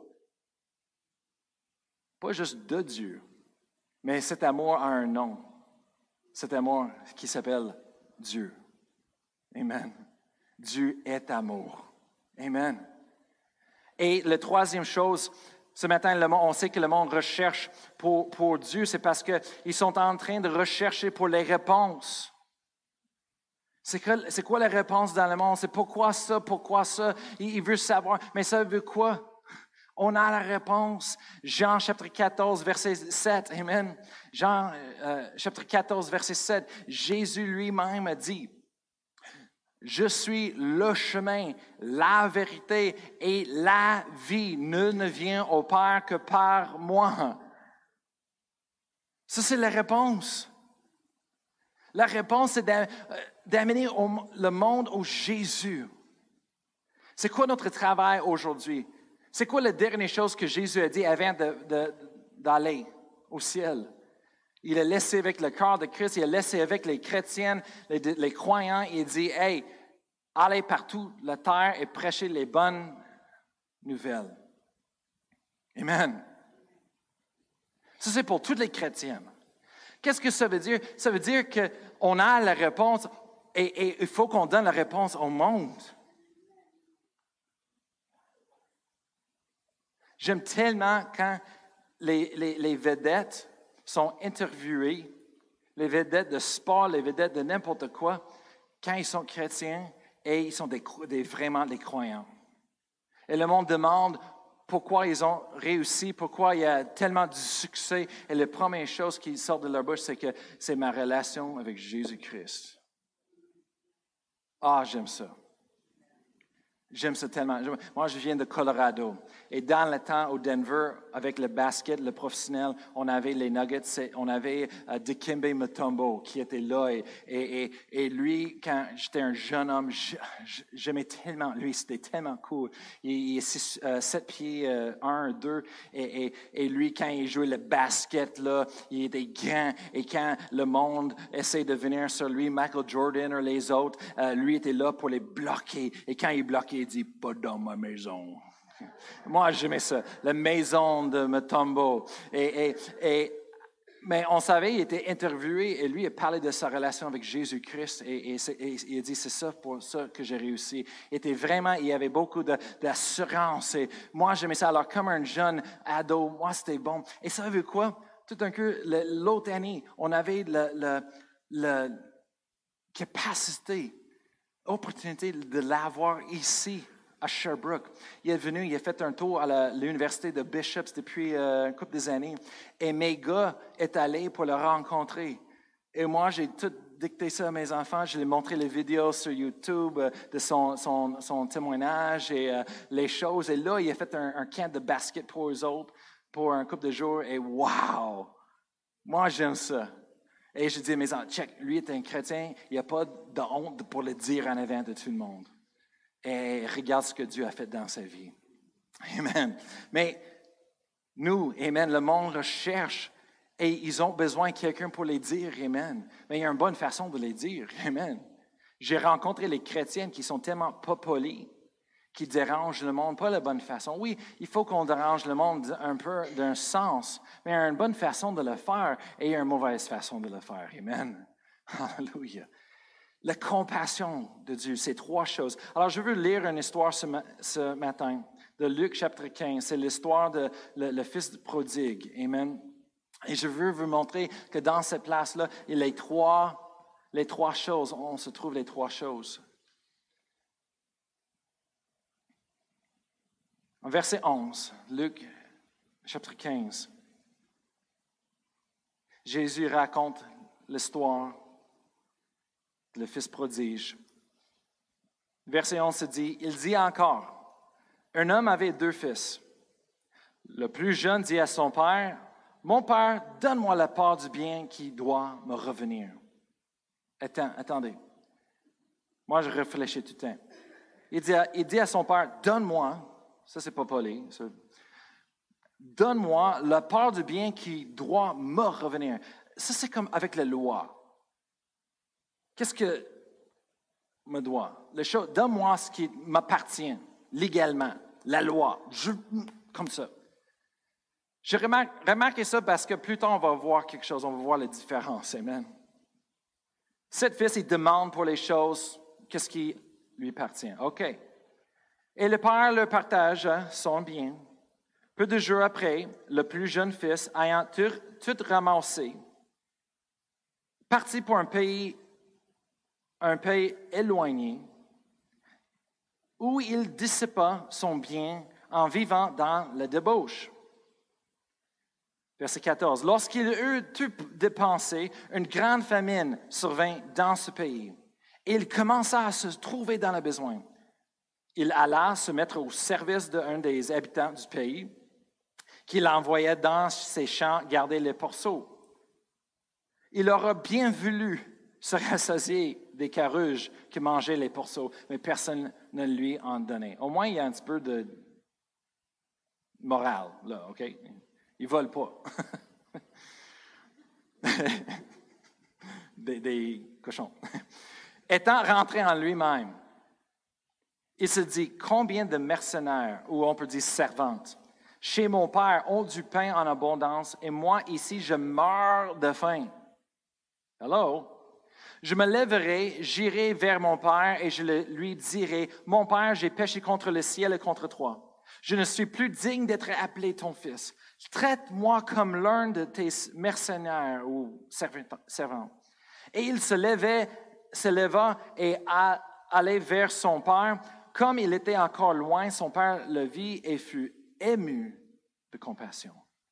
Pas juste de Dieu, mais cet amour a un nom. Cet amour qui s'appelle Dieu. Amen. Dieu est amour. Amen. Et la troisième chose, ce matin, on sait que le monde recherche pour Dieu, c'est parce qu'ils sont en train de rechercher pour les réponses. C'est quoi la réponse dans le monde? C'est pourquoi ça? Il veut savoir. Mais ça veut quoi? On a la réponse. Jean chapitre 14, verset 7. Amen. Jean chapitre 14, verset 7. Jésus lui-même a dit, je suis le chemin, la vérité et la vie. Nul ne vient au Père que par moi. Ça, c'est la réponse. La réponse, c'est d'amener le monde au Jésus. C'est quoi notre travail aujourd'hui? C'est quoi la dernière chose que Jésus a dit avant d'aller au ciel? Il a laissé avec le corps de Christ, il a laissé avec les chrétiens, les croyants, il dit, « Hey, allez partout la terre et prêchez les bonnes nouvelles. » Amen. Ça, c'est pour tous les chrétiens. Qu'est-ce que ça veut dire? Ça veut dire qu'on a la réponse et il faut qu'on donne la réponse au monde. J'aime tellement quand les vedettes sont interviewées, les vedettes de sport, les vedettes de n'importe quoi, quand ils sont chrétiens et ils sont vraiment des croyants. Et le monde demande pourquoi ils ont réussi, pourquoi il y a tellement de succès. Et la première chose qui sort de leur bouche, c'est que c'est ma relation avec Jésus-Christ. Ah, j'aime ça. J'aime ça tellement. Moi, je viens de Colorado. Et dans le temps au Denver, avec le basket, le professionnel, on avait les Nuggets, on avait Dikembe Mutombo qui était là. Et lui, quand j'étais un jeune homme, j'aimais tellement lui, c'était tellement cool. Il est 7 pieds 1, 2. Et lui, quand il jouait le basket, là, il était grand. Et quand le monde essaie de venir sur lui, Michael Jordan ou les autres, lui était là pour les bloquer. Et quand il bloquait, il dit, pas dans ma maison. Moi, j'aimais ça. La maison de Mutombo. Mais on savait, il était interviewé et lui, il parlait de sa relation avec Jésus-Christ et il a dit, c'est ça pour ça que j'ai réussi. Il y avait beaucoup d'assurance et moi, j'aimais ça. Alors, comme un jeune ado, moi, c'était bon. Et ça veut quoi? Tout d'un coup, l'autre année, on avait la capacité, opportunité de l'avoir ici, à Sherbrooke. Il est venu, il a fait un tour à l'université de Bishop's depuis une couple des années. Et mes gars est allés pour le rencontrer. Et moi, j'ai tout dicté ça à mes enfants. Je leur ai montré les vidéos sur YouTube de son témoignage et les choses. Et là, il a fait un camp de basket pour eux autres pour un couple de jours. Et wow! Moi, j'aime ça. Et je dis à mes enfants, check, lui est un chrétien, il n'y a pas de honte pour le dire en avant de tout le monde. Et regarde ce que Dieu a fait dans sa vie. Amen. Mais nous, amen, le monde recherche et ils ont besoin de quelqu'un pour les dire, amen. Mais il y a une bonne façon de les dire, amen. J'ai rencontré les chrétiennes qui sont tellement pas polis, qui dérange le monde, pas la bonne façon. Oui, il faut qu'on dérange le monde un peu d'un sens, mais il y a une bonne façon de le faire et il y a une mauvaise façon de le faire. Amen. Alléluia. La compassion de Dieu, c'est trois choses. Alors, je veux lire une histoire ce matin de Luc chapitre 15. C'est l'histoire de le fils prodigue. Amen. Et je veux vous montrer que dans cette place-là, il y a les trois choses. On se trouve les trois choses. En verset 11, Luc, chapitre 15, Jésus raconte l'histoire de le fils prodige. Verset 11 se dit, il dit encore, un homme avait deux fils. Le plus jeune dit à son père, mon père, donne-moi la part du bien qui doit me revenir. Attendez, moi je réfléchis tout le temps. Il dit à son père, donne-moi, ça c'est pas poli, donne-moi la part du bien qui doit me revenir. Ça c'est comme avec la loi. Qu'est-ce que me doit? Donne-moi ce qui m'appartient légalement, la loi, comme ça. Je remarque ça parce que plus tard on va voir quelque chose, on va voir la différence. Amen. Cet fils, il demande pour les choses, qu'est-ce qui lui appartient. OK. Et le père leur partage son bien. Peu de jours après, le plus jeune fils, ayant tout ramassé, partit pour un pays éloigné, où il dissipa son bien en vivant dans la débauche. Verset 14. Lorsqu'il eut tout dépensé, une grande famine survint dans ce pays, et il commença à se trouver dans le besoin. Il alla se mettre au service d'un des habitants du pays, qu'il envoyait dans ses champs garder les pourceaux. Il aurait bien voulu se rassasier des carouges qui mangeaient les pourceaux, mais personne ne lui en donnait. Au moins, il y a un petit peu de morale, là, OK? Ils ne volent pas. des cochons. Étant rentré en lui-même, il se dit, combien de mercenaires, ou on peut dire servantes, chez mon père ont du pain en abondance, et moi ici, je meurs de faim. Hello? Je me lèverai, j'irai vers mon père, et je lui dirai, mon père, j'ai péché contre le ciel et contre toi. Je ne suis plus digne d'être appelé ton fils. Traite-moi comme l'un de tes mercenaires ou servants. Et il se leva et allait vers son père. Comme il était encore loin, son père le vit et fut ému de compassion.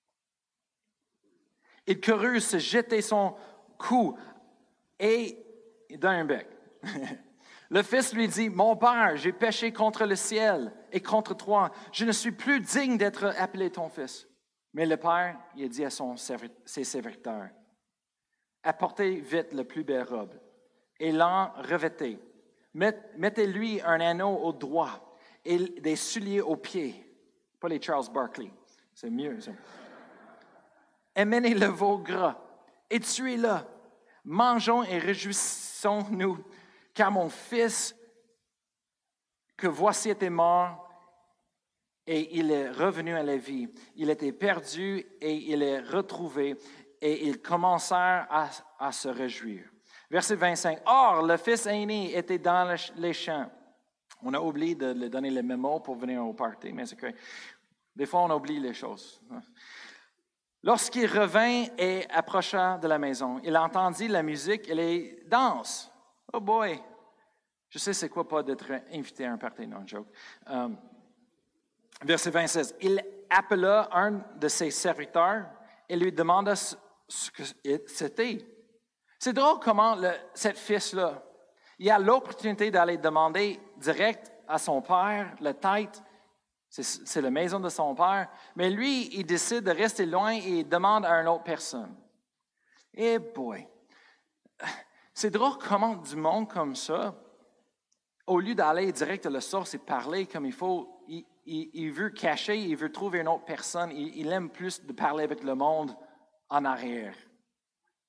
Il courut se jeter son cou et donne un bec. Le fils lui dit, mon père, j'ai péché contre le ciel et contre toi. Je ne suis plus digne d'être appelé ton fils. Mais le père, il a dit à ses serviteurs, apportez vite la plus belle robe et l'en revêtez. Mettez-lui un anneau au doigt et des souliers aux pieds. Pas les Charles Barkley, c'est mieux ça. Emmenez le veau gras et tuez-le. Mangeons et réjouissons-nous, car mon fils, que voici était mort, et il est revenu à la vie. Il était perdu et il est retrouvé, et ils commencèrent à se réjouir. Verset 25. Or, le fils aîné était dans les champs. On a oublié de lui donner le mémo pour venir au party, mais c'est que des fois on oublie les choses. Lorsqu'il revint et approcha de la maison, il entendit la musique et les danses. Oh boy! Je sais c'est quoi pas d'être invité à un party, non, joke. Verset 26. Il appela un de ses serviteurs et lui demanda ce que c'était. C'est drôle comment cet fils-là, il a l'opportunité d'aller demander direct à son père, la tête, c'est la maison de son père, mais lui, il décide de rester loin et il demande à une autre personne. Eh boy! C'est drôle comment du monde comme ça, au lieu d'aller direct à la source et parler comme il faut, il veut cacher, il veut trouver une autre personne. Il aime plus de parler avec le monde en arrière,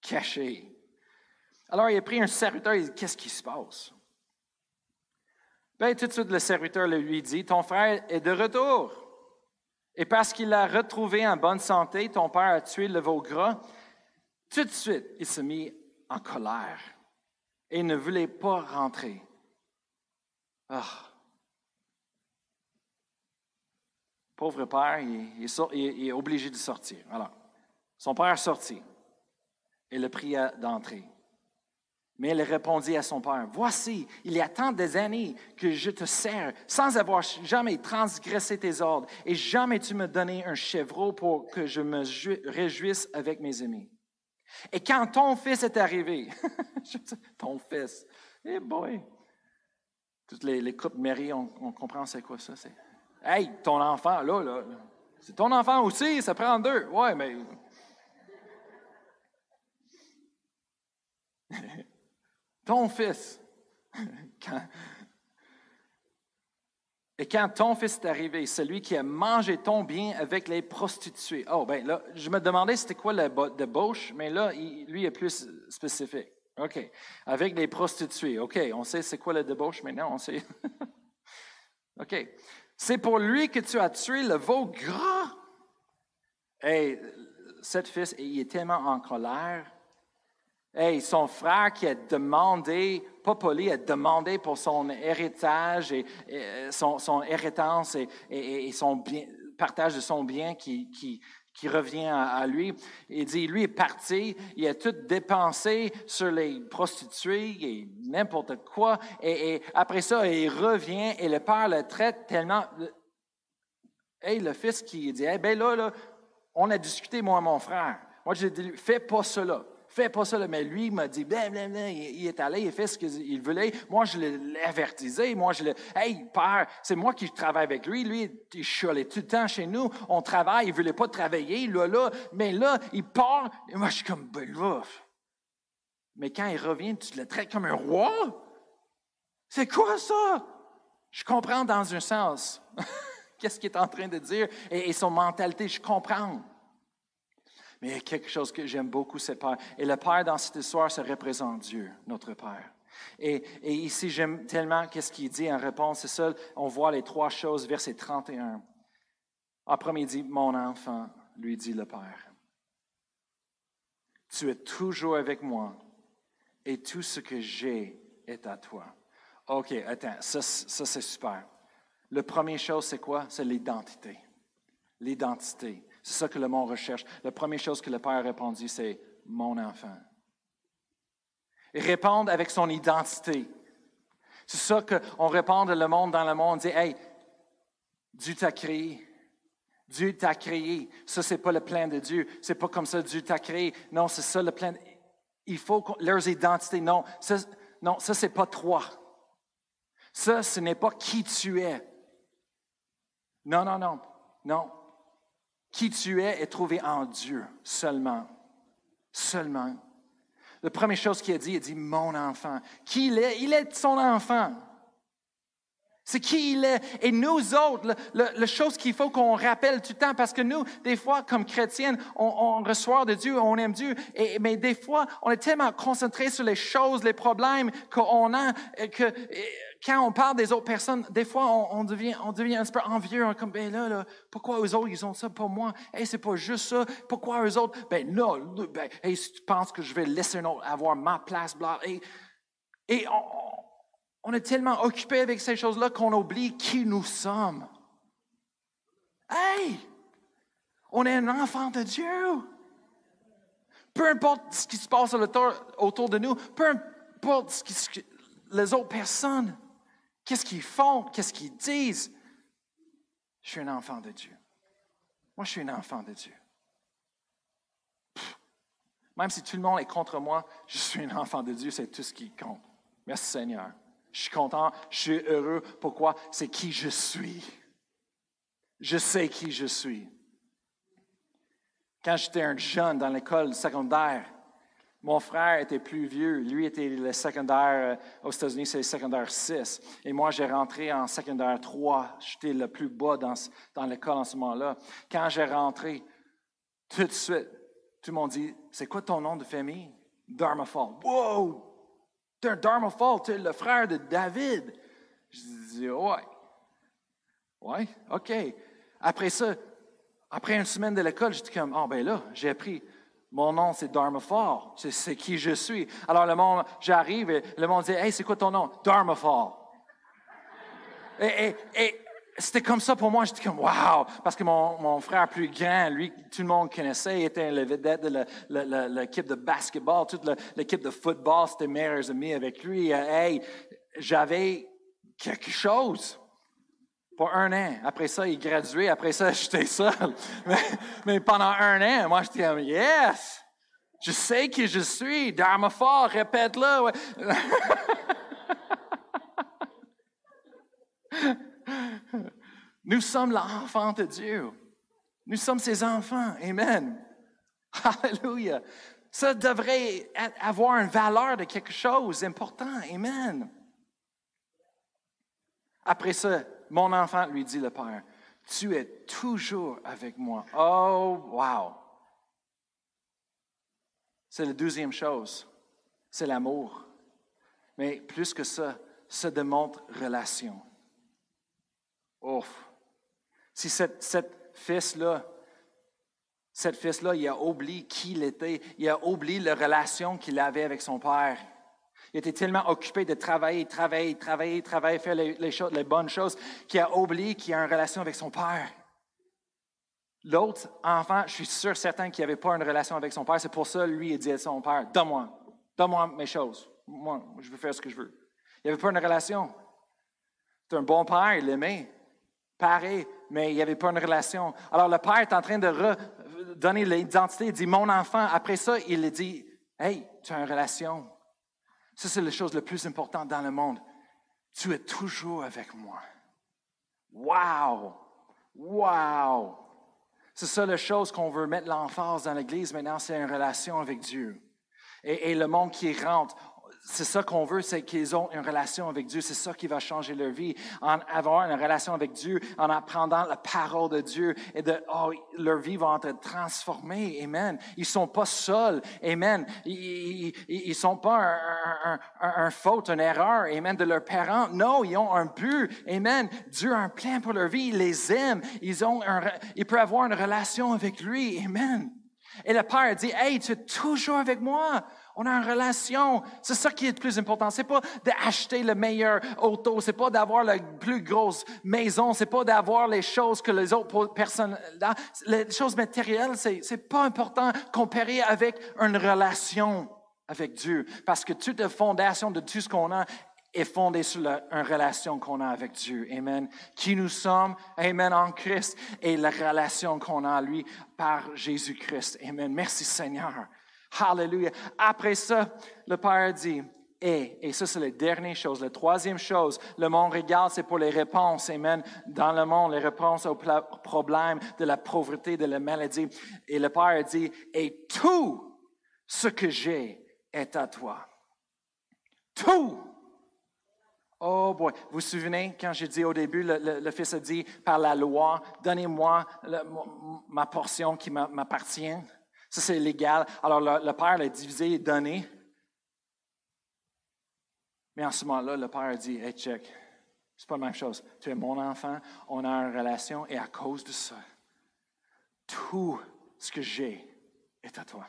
caché. Alors, il a pris un serviteur et il dit, qu'est-ce qui se passe? Ben, tout de suite, le serviteur lui dit, ton frère est de retour. Et parce qu'il l'a retrouvé en bonne santé, ton père a tué le veau gras. Tout de suite, il se mit en colère et ne voulait pas rentrer. Ah. Pauvre père, il est obligé de sortir. Alors, son père sortit et le pria d'entrer. Mais elle répondit à son père, « Voici, il y a tant des années que je te sers sans avoir jamais transgressé tes ordres, et jamais tu me donnais un chevreau pour que je me réjouisse avec mes amis. Et quand ton fils est arrivé, ton fils, eh boy, toutes les couples mariés, on comprend c'est quoi ça, c'est, hey, ton enfant, là, c'est ton enfant aussi, ça prend deux, ouais, mais... Ton fils, et quand ton fils est arrivé, celui qui a mangé ton bien avec les prostituées. Oh, ben là, je me demandais c'était quoi la débauche, mais là, lui est plus spécifique. OK. Avec les prostituées. OK, on sait c'est quoi la débauche maintenant, on sait. OK. C'est pour lui que tu as tué le veau gras. Hey, cet fils, il est tellement en colère. Hey, son frère qui a demandé, pas poli, a demandé pour son héritage et son héritance et son bien, partage de son bien qui revient à lui. Il dit, lui est parti, il a tout dépensé sur les prostituées et n'importe quoi. Et après ça, il revient et le père le traite tellement... Hey, le fils qui dit, hey, ben là, on a discuté, moi et mon frère. Moi, j'ai dit, fais pas cela. Fais pas ça, mais lui, il m'a dit, blablabla, il est allé, il fait ce qu'il voulait. Moi, je l'ai avertisé. Moi, hey, père, c'est moi qui travaille avec lui. Lui, il chialait tout le temps chez nous. On travaille, il ne voulait pas travailler, là. Mais là, il part. Et moi, je suis comme, ben là. Mais quand il revient, tu le traites comme un roi? C'est quoi ça? Je comprends dans un sens. Qu'est-ce qu'il est en train de dire? Et son mentalité, je comprends. Mais il y a quelque chose que j'aime beaucoup, c'est Père. Et le Père, dans cette histoire, ça représente Dieu, notre Père. Et ici, j'aime tellement qu'est-ce qu'il dit en réponse. C'est ça, on voit les trois choses, verset 31. En premier, il dit, « Mon enfant, lui dit le Père, tu es toujours avec moi et tout ce que j'ai est à toi. » OK, attends, ça c'est super. La première chose, c'est quoi? C'est l'identité. L'identité. C'est ça que le monde recherche. La première chose que le Père a répondu, c'est « mon enfant ». Répondre avec son identité. C'est ça qu'on répond le monde dans le monde. On dit « Hey, Dieu t'a créé. Dieu t'a créé. Ça, c'est pas le plan de Dieu. C'est pas comme ça Dieu t'a créé. Non, c'est ça le plan. Il faut leurs identités. Non, ça c'est pas toi. Ça, ce n'est pas qui tu es. Non. Qui tu es est trouvé en Dieu seulement. Seulement. La première chose qu'il a dit, mon enfant. Qui il est? Il est son enfant. C'est qui il est. Et nous autres, la chose qu'il faut qu'on rappelle tout le temps, parce que nous, des fois, comme chrétiennes, on reçoit de Dieu, on aime Dieu, mais des fois, on est tellement concentré sur les choses, les problèmes qu'on a, que quand on parle des autres personnes, des fois, on devient un petit peu envieux. On est comme, ben là, pourquoi eux autres, ils ont ça, pas moi? Hey, c'est pas juste ça. Pourquoi eux autres? Ben là, hey, si tu penses que je vais laisser un autre avoir ma place, bla, et on est tellement occupé avec ces choses-là qu'on oublie qui nous sommes. Hey! On est un enfant de Dieu. Peu importe ce qui se passe autour de nous, peu importe les autres personnes, qu'est-ce qu'ils font, qu'est-ce qu'ils disent. Je suis un enfant de Dieu. Moi, je suis un enfant de Dieu. Même si tout le monde est contre moi, je suis un enfant de Dieu, c'est tout ce qui compte. Merci Seigneur. Je suis content, je suis heureux. Pourquoi? C'est qui je suis. Je sais qui je suis. Quand j'étais un jeune dans l'école secondaire, mon frère était plus vieux. Lui était le secondaire, aux États-Unis, c'est le secondaire 6. Et moi, j'ai rentré en secondaire 3. J'étais le plus bas dans l'école en ce moment-là. Quand j'ai rentré, tout de suite, tout le monde dit, c'est quoi ton nom de famille? Dharmafal. Wow! T'es un Dharmafal, tu es le frère de David. Je dis, ouais. Ouais, OK. Après ça, après une semaine de l'école, j'étais comme, ben là, j'ai appris. Mon nom, c'est Dharmafal. C'est qui je suis. Alors, le monde, j'arrive et le monde dit, hey, c'est quoi ton nom? Dharmafal. Et c'était comme ça pour moi. J'étais comme, wow! Parce que mon frère plus grand, lui, tout le monde connaissait. Il était le vedette de l'équipe de basketball. Toute l'équipe de football, c'était meilleurs amis avec lui. Hey, j'avais quelque chose. Pour 1 an. Après ça, il graduait. Après ça, j'étais seul. Mais pendant 1 an, moi, j'étais comme, yes! Je sais qui je suis. Dharmafal, répète-le. Ouais. Nous sommes l'enfant de Dieu. Nous sommes ses enfants. Amen. Alléluia. Ça devrait avoir une valeur de quelque chose d'important. Amen. Après ça, mon enfant, lui dit le Père, tu es toujours avec moi. Oh, wow! C'est la deuxième chose. C'est l'amour. Mais plus que ça démontre relation. Ouf! Si cette fils-là, il a oublié qui il était, il a oublié la relation qu'il avait avec son père. Il était tellement occupé de travailler, faire les bonnes choses, qu'il a oublié qu'il a une relation avec son père. L'autre enfant, je suis sûr, certain qu'il n'avait pas une relation avec son père. C'est pour ça, lui, il dit à son père, donne-moi mes choses. Moi, je veux faire ce que je veux. Il n'avait pas une relation. C'est un bon père, il l'aimait. Pareil, mais il n'y avait pas une relation. Alors, le père est en train de donner l'identité. Il dit, mon enfant. Après ça, il dit, hey, tu as une relation. Ça, c'est la chose la plus importante dans le monde. Tu es toujours avec moi. Wow! Wow! C'est ça la chose qu'on veut mettre l'emphase dans l'Église maintenant, c'est une relation avec Dieu. Et le monde qui rentre, c'est ça qu'on veut, c'est qu'ils ont une relation avec Dieu. C'est ça qui va changer leur vie. En avoir une relation avec Dieu, en apprenant la parole de Dieu, et leur vie va être transformée. Amen. Ils sont pas seuls. Amen. Ils sont pas un faute, une erreur. Amen. De leurs parents. Non, ils ont un but. Amen. Dieu a un plan pour leur vie. Il les aime. Ils peuvent avoir une relation avec lui. Amen. Et le Père dit, hey, tu es toujours avec moi. On a une relation. C'est ça qui est le plus important. C'est pas d'acheter le meilleur auto. C'est pas d'avoir la plus grosse maison. C'est pas d'avoir les choses que les autres personnes, les choses matérielles, c'est pas important comparé avec une relation avec Dieu. Parce que toute la fondation de tout ce qu'on a est fondée sur une relation qu'on a avec Dieu. Amen. Qui nous sommes, amen, en Christ, et la relation qu'on a à lui par Jésus-Christ. Amen. Merci Seigneur. Hallelujah. Après ça, le Père dit, et ça c'est la dernière chose, la troisième chose, le monde regarde, c'est pour les réponses, amen, dans le monde, les réponses aux problèmes de la pauvreté, de la maladie. Et le Père dit, et tout ce que j'ai est à toi. Tout! Oh boy, vous vous souvenez quand j'ai dit au début, le Fils a dit par la loi, donnez-moi ma portion qui m'appartient. Ça c'est légal. Alors le Père l'a divisé et donné. Mais en ce moment-là, le Père a dit, hey check, c'est pas la même chose. Tu es mon enfant, on a une relation et à cause de ça, tout ce que j'ai est à toi.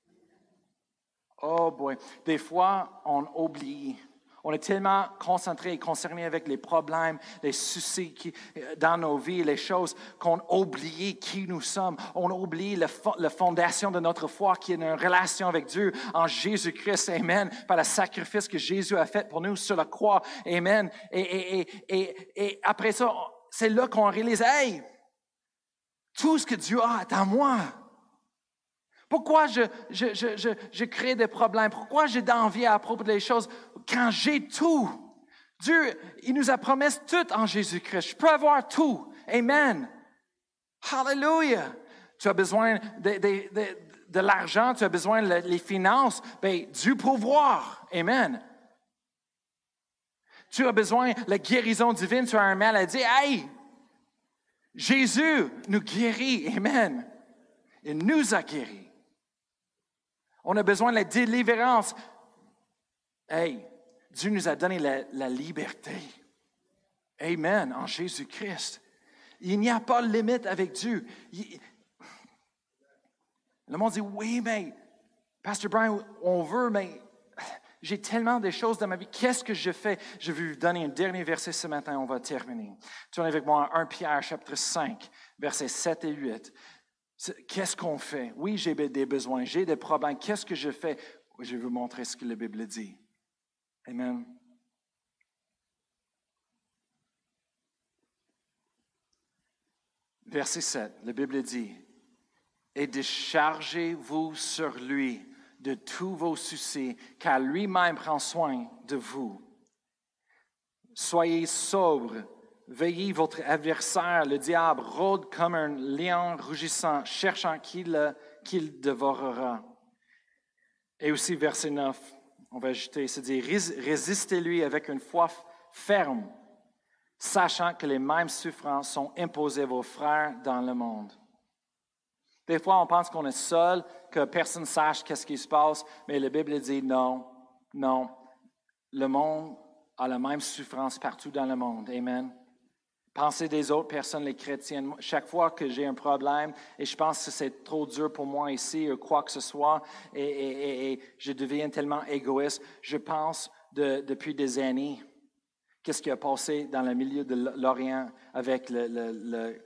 Oh boy, des fois on oublie. On est tellement concentré et concerné avec les problèmes, les soucis dans nos vies, les choses qu'on oublie qui nous sommes. On oublie la fondation de notre foi qui est une relation avec Dieu en Jésus-Christ. Amen. Par le sacrifice que Jésus a fait pour nous sur la croix. Amen. Et après ça, c'est là qu'on réalise, hey, tout ce que Dieu a est à moi. Pourquoi je crée des problèmes? Pourquoi j'ai d'envie à propos des choses quand j'ai tout? Dieu, il nous a promis tout en Jésus-Christ. Je peux avoir tout. Amen. Hallelujah. Tu as besoin de l'argent, tu as besoin des finances. Ben, Dieu pourvoira. Amen. Tu as besoin de la guérison divine, tu as une maladie. Hey! Jésus nous guérit. Amen. Il nous a guéris. On a besoin de la délivrance. Hey, Dieu nous a donné la liberté. Amen, en Jésus-Christ. Il n'y a pas de limite avec Dieu. Le monde dit, oui, mais, Pasteur Brian, on veut, mais j'ai tellement de choses dans ma vie. Qu'est-ce que je fais? Je vais vous donner un dernier verset ce matin, on va terminer. Tournez avec moi à 1 Pierre, chapitre 5, versets 7 et 8. Qu'est-ce qu'on fait? Oui, j'ai des besoins, j'ai des problèmes. Qu'est-ce que je fais? Je vais vous montrer ce que la Bible dit. Amen. Verset 7, la Bible dit, « Et déchargez-vous sur lui de tous vos soucis, car lui-même prend soin de vous. Soyez sobres, veillez, votre adversaire, le diable, rôde comme un lion rugissant, cherchant qu'il dévorera. » Et aussi, verset 9, on va ajouter, c'est dire, « Résistez-lui avec une foi ferme, sachant que les mêmes souffrances sont imposées à vos frères dans le monde. » Des fois, on pense qu'on est seul, que personne ne sache qu'est-ce qui se passe, mais la Bible dit non. Le monde a la même souffrance partout dans le monde. Amen. Pensez des autres personnes, les chrétiennes. Chaque fois que j'ai un problème et je pense que c'est trop dur pour moi ici ou quoi que ce soit, et je deviens tellement égoïste, je pense depuis des années, qu'est-ce qui a passé dans le milieu de l'Orient avec le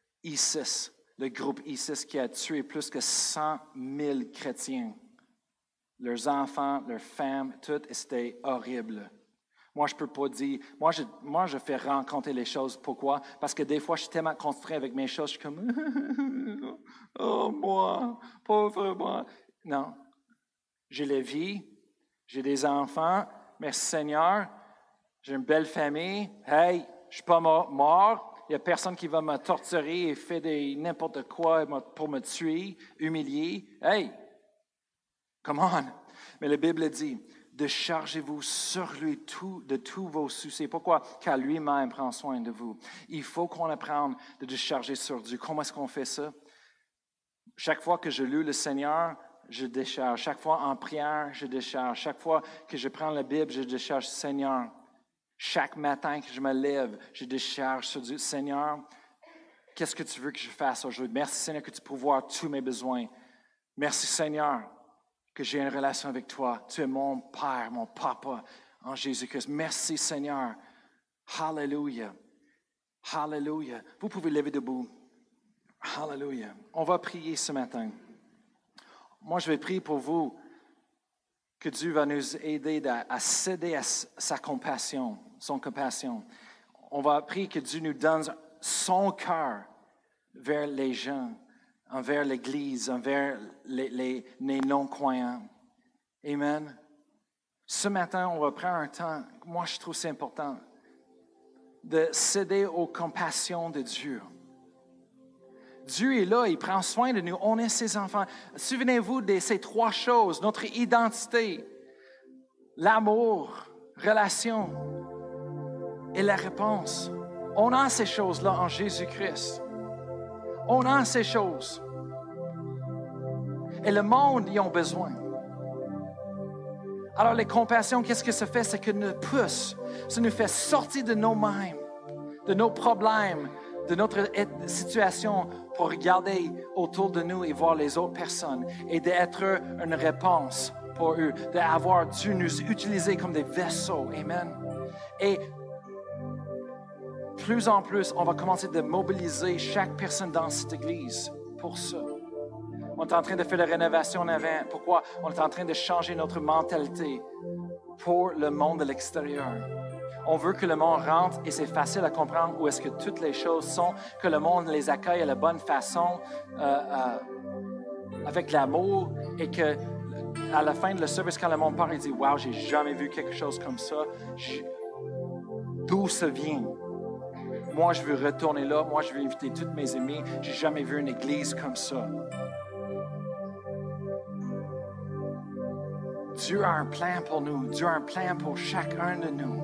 ISIS, le groupe ISIS qui a tué plus que 100 000 chrétiens. Leurs enfants, leurs femmes, tout, et c'était horrible. Moi, je ne peux pas dire, moi, je fais rencontrer les choses. Pourquoi? Parce que des fois, je suis tellement concentré avec mes choses, je suis comme, oh, moi, pauvre moi. Non, j'ai la vie, j'ai des enfants, merci Seigneur, j'ai une belle famille, hey, je ne suis pas mort. Il n'y a personne qui va me torturer et faire n'importe quoi pour me tuer, humilier. Hey, come on. Mais la Bible dit, déchargez-vous sur lui de tous vos soucis. Pourquoi? Car lui-même prend soin de vous. Il faut qu'on apprenne de décharger sur Dieu. Comment est-ce qu'on fait ça? Chaque fois que je loue le Seigneur, je décharge. Chaque fois en prière, je décharge. Chaque fois que je prends la Bible, je décharge. Seigneur, chaque matin que je me lève, je décharge sur Dieu. Seigneur, qu'est-ce que tu veux que je fasse aujourd'hui? Merci Seigneur que tu pourvoies tous mes besoins. Merci Seigneur que j'ai une relation avec toi. Tu es mon Père, mon Papa en Jésus-Christ. Merci Seigneur. Hallelujah. Hallelujah. Vous pouvez lever debout. Hallelujah. On va prier ce matin. Moi, je vais prier pour vous que Dieu va nous aider à céder à sa compassion, son compassion. On va prier que Dieu nous donne son cœur vers les gens, envers l'Église, envers les non-croyants. Amen. Ce matin, on va prendre un temps, moi je trouve c'est important, de céder aux compassions de Dieu. Dieu est là, il prend soin de nous, on est ses enfants. Souvenez-vous de ces trois choses, notre identité, l'amour, relation et la réponse. On a ces choses-là en Jésus-Christ. On a ces choses. Et le monde y a besoin. Alors les compassions, qu'est-ce que ça fait? C'est que nous pousse, ça nous fait sortir de nous-mêmes, de nos problèmes, de notre situation pour regarder autour de nous et voir les autres personnes et d'être une réponse pour eux, d'avoir Dieu nous utiliser comme des vaisseaux. Amen. Et plus en plus, on va commencer de mobiliser chaque personne dans cette église pour ça. On est en train de faire la rénovation en avant. Pourquoi? On est en train de changer notre mentalité pour le monde de l'extérieur. On veut que le monde rentre et c'est facile à comprendre où est-ce que toutes les choses sont, que le monde les accueille à la bonne façon, avec l'amour et que à la fin de le service, quand le monde part, il dit « Wow, j'ai jamais vu quelque chose comme ça. D'où ça vient? Moi, je veux retourner là. Moi, je veux inviter tous mes amis. J'ai jamais vu une église comme ça. » Dieu a un plan pour nous. Dieu a un plan pour chacun de nous.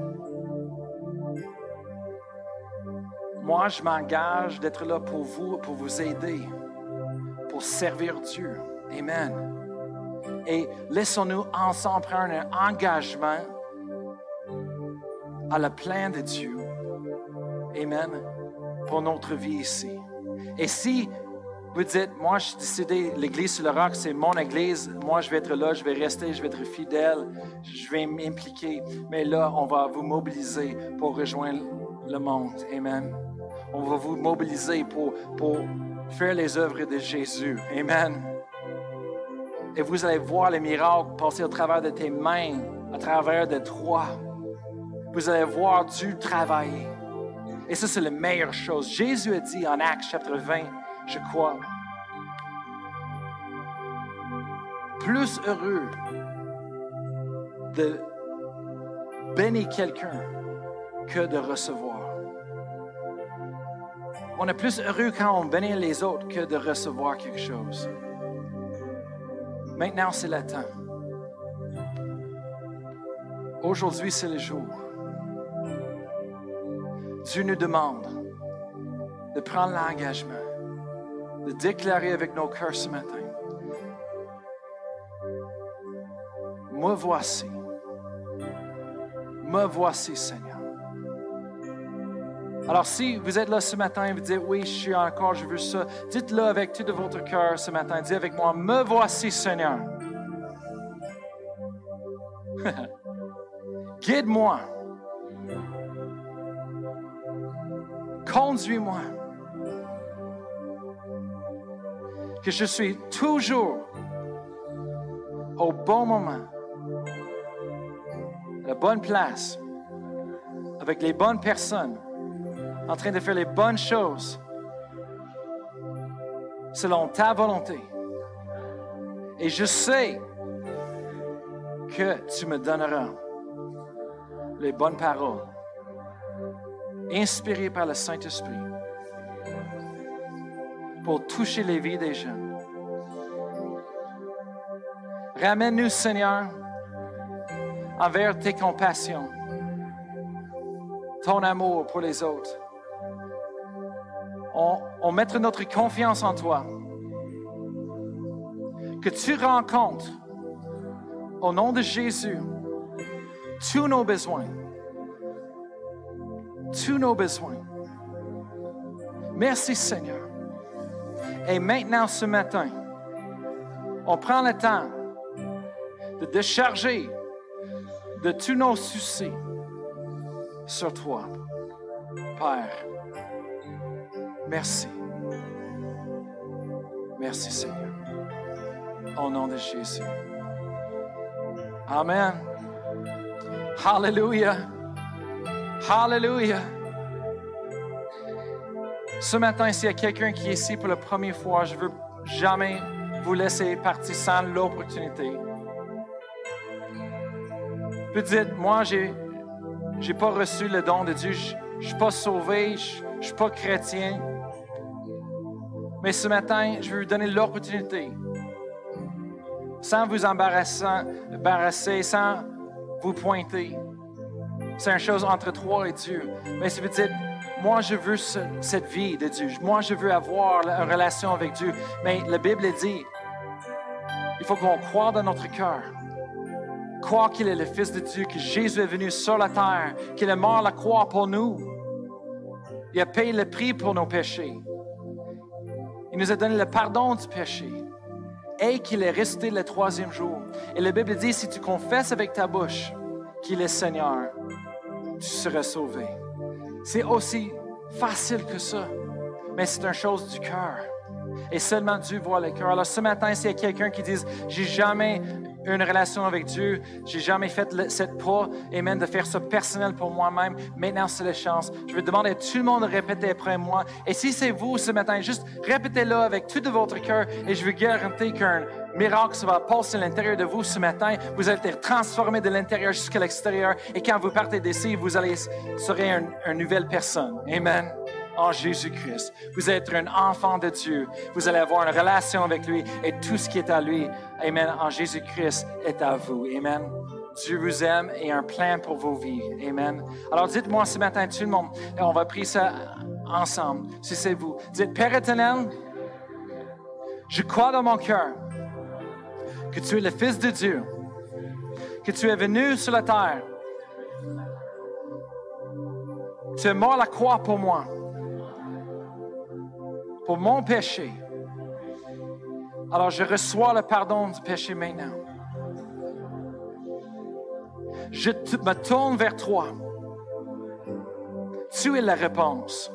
Moi, je m'engage d'être là pour vous aider, pour servir Dieu. Amen. Et laissons-nous ensemble prendre un engagement à le plan de Dieu Amen, pour notre vie ici. Et si vous dites, moi, je suis décidé, l'Église sur le roc, c'est mon Église. Moi, je vais être là, je vais rester, je vais être fidèle, je vais m'impliquer. Mais là, on va vous mobiliser pour rejoindre le monde. Amen. On va vous mobiliser pour faire les œuvres de Jésus. Amen. Et vous allez voir les miracles passer au travers de tes mains, à travers de toi. Vous allez voir Dieu travailler. Et ça, c'est la meilleure chose. Jésus a dit en Actes chapitre 20, je crois, plus heureux de bénir quelqu'un que de recevoir. On est plus heureux quand on bénit les autres que de recevoir quelque chose. Maintenant, c'est le temps. Aujourd'hui, c'est le jour. Dieu nous demande de prendre l'engagement, de déclarer avec nos cœurs ce matin, me voici, Seigneur. Alors, si vous êtes là ce matin et vous dites, oui, je veux ça, dites-le avec tout de votre cœur ce matin. Dites avec moi, me voici, Seigneur. Guide-moi. Conduis-moi. Que je suis toujours au bon moment, à la bonne place, avec les bonnes personnes, en train de faire les bonnes choses, selon ta volonté. Et je sais que tu me donneras les bonnes paroles, inspirées par le Saint-Esprit, pour toucher les vies des gens. Ramène-nous, Seigneur, envers tes compassions, ton amour pour les autres. On mettra notre confiance en toi. Que tu rencontres, au nom de Jésus, tous nos besoins. Tous nos besoins. Merci, Seigneur. Et maintenant, ce matin, on prend le temps de décharger de tous nos soucis sur toi, Père. Merci. Merci, Seigneur. Au nom de Jésus. Amen. Hallelujah. Hallelujah. Ce matin, s'il y a quelqu'un qui est ici pour la première fois, je ne veux jamais vous laisser partir sans l'opportunité. Vous dites, moi, j'ai pas reçu le don de Dieu, je ne suis pas sauvé, je ne suis pas chrétien. Mais ce matin, je vais vous donner l'opportunité, sans vous embarrasser, sans vous pointer. C'est une chose entre toi et Dieu. Mais si vous dites, moi, je veux cette vie de Dieu. Moi, je veux avoir une relation avec Dieu. Mais la Bible dit, il faut qu'on croie dans notre cœur. Croire qu'il est le Fils de Dieu, que Jésus est venu sur la terre, qu'il est mort à la croix pour nous. Il a payé le prix pour nos péchés. Il nous a donné le pardon du péché. Et qu'il est resté le troisième jour. Et la Bible dit, si tu confesses avec ta bouche qu'il est Seigneur, tu seras sauvé. C'est aussi facile que ça, mais c'est une chose du cœur. Et seulement Dieu voit le cœur. Alors ce matin, s'il y a quelqu'un qui dit, j'ai jamais eu une relation avec Dieu, j'ai jamais fait cette pas, amen, de faire ça personnel pour moi-même, maintenant c'est la chance. Je vais demander à tout le monde de répéter après moi. Et si c'est vous ce matin, juste répétez-le avec tout de votre cœur et je vous garantis qu'un miracle va passer à l'intérieur de vous ce matin. Vous allez être transformé de l'intérieur jusqu'à l'extérieur. Et quand vous partez d'ici, vous serez une nouvelle personne. Amen. En Jésus-Christ. Vous êtes un enfant de Dieu. Vous allez avoir une relation avec lui et tout ce qui est à lui, amen, en Jésus-Christ est à vous. Amen. Dieu vous aime et a un plan pour vos vies. Amen. Alors dites-moi ce matin, tout le monde, et on va prier ça ensemble, si c'est vous. Dites, Père éternel, je crois dans mon cœur que tu es le Fils de Dieu, que tu es venu sur la terre Tu es mort à la croix pour moi, pour mon péché. Alors je reçois le pardon du péché maintenant. Je me tourne vers toi. Tu es la réponse.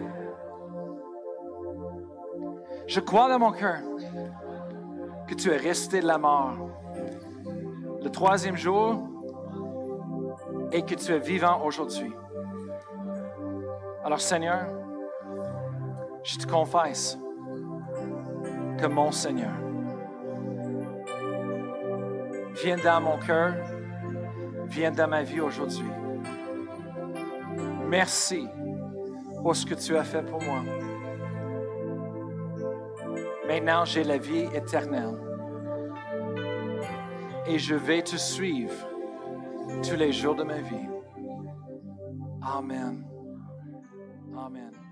Je crois dans mon cœur que tu es resté de la mort le 3e jour et que tu es vivant aujourd'hui. Alors Seigneur, je te confesse comme mon Seigneur. Viens dans mon cœur, viens dans ma vie aujourd'hui. Merci pour ce que tu as fait pour moi. Maintenant, j'ai la vie éternelle. Et je vais te suivre tous les jours de ma vie. Amen. Amen.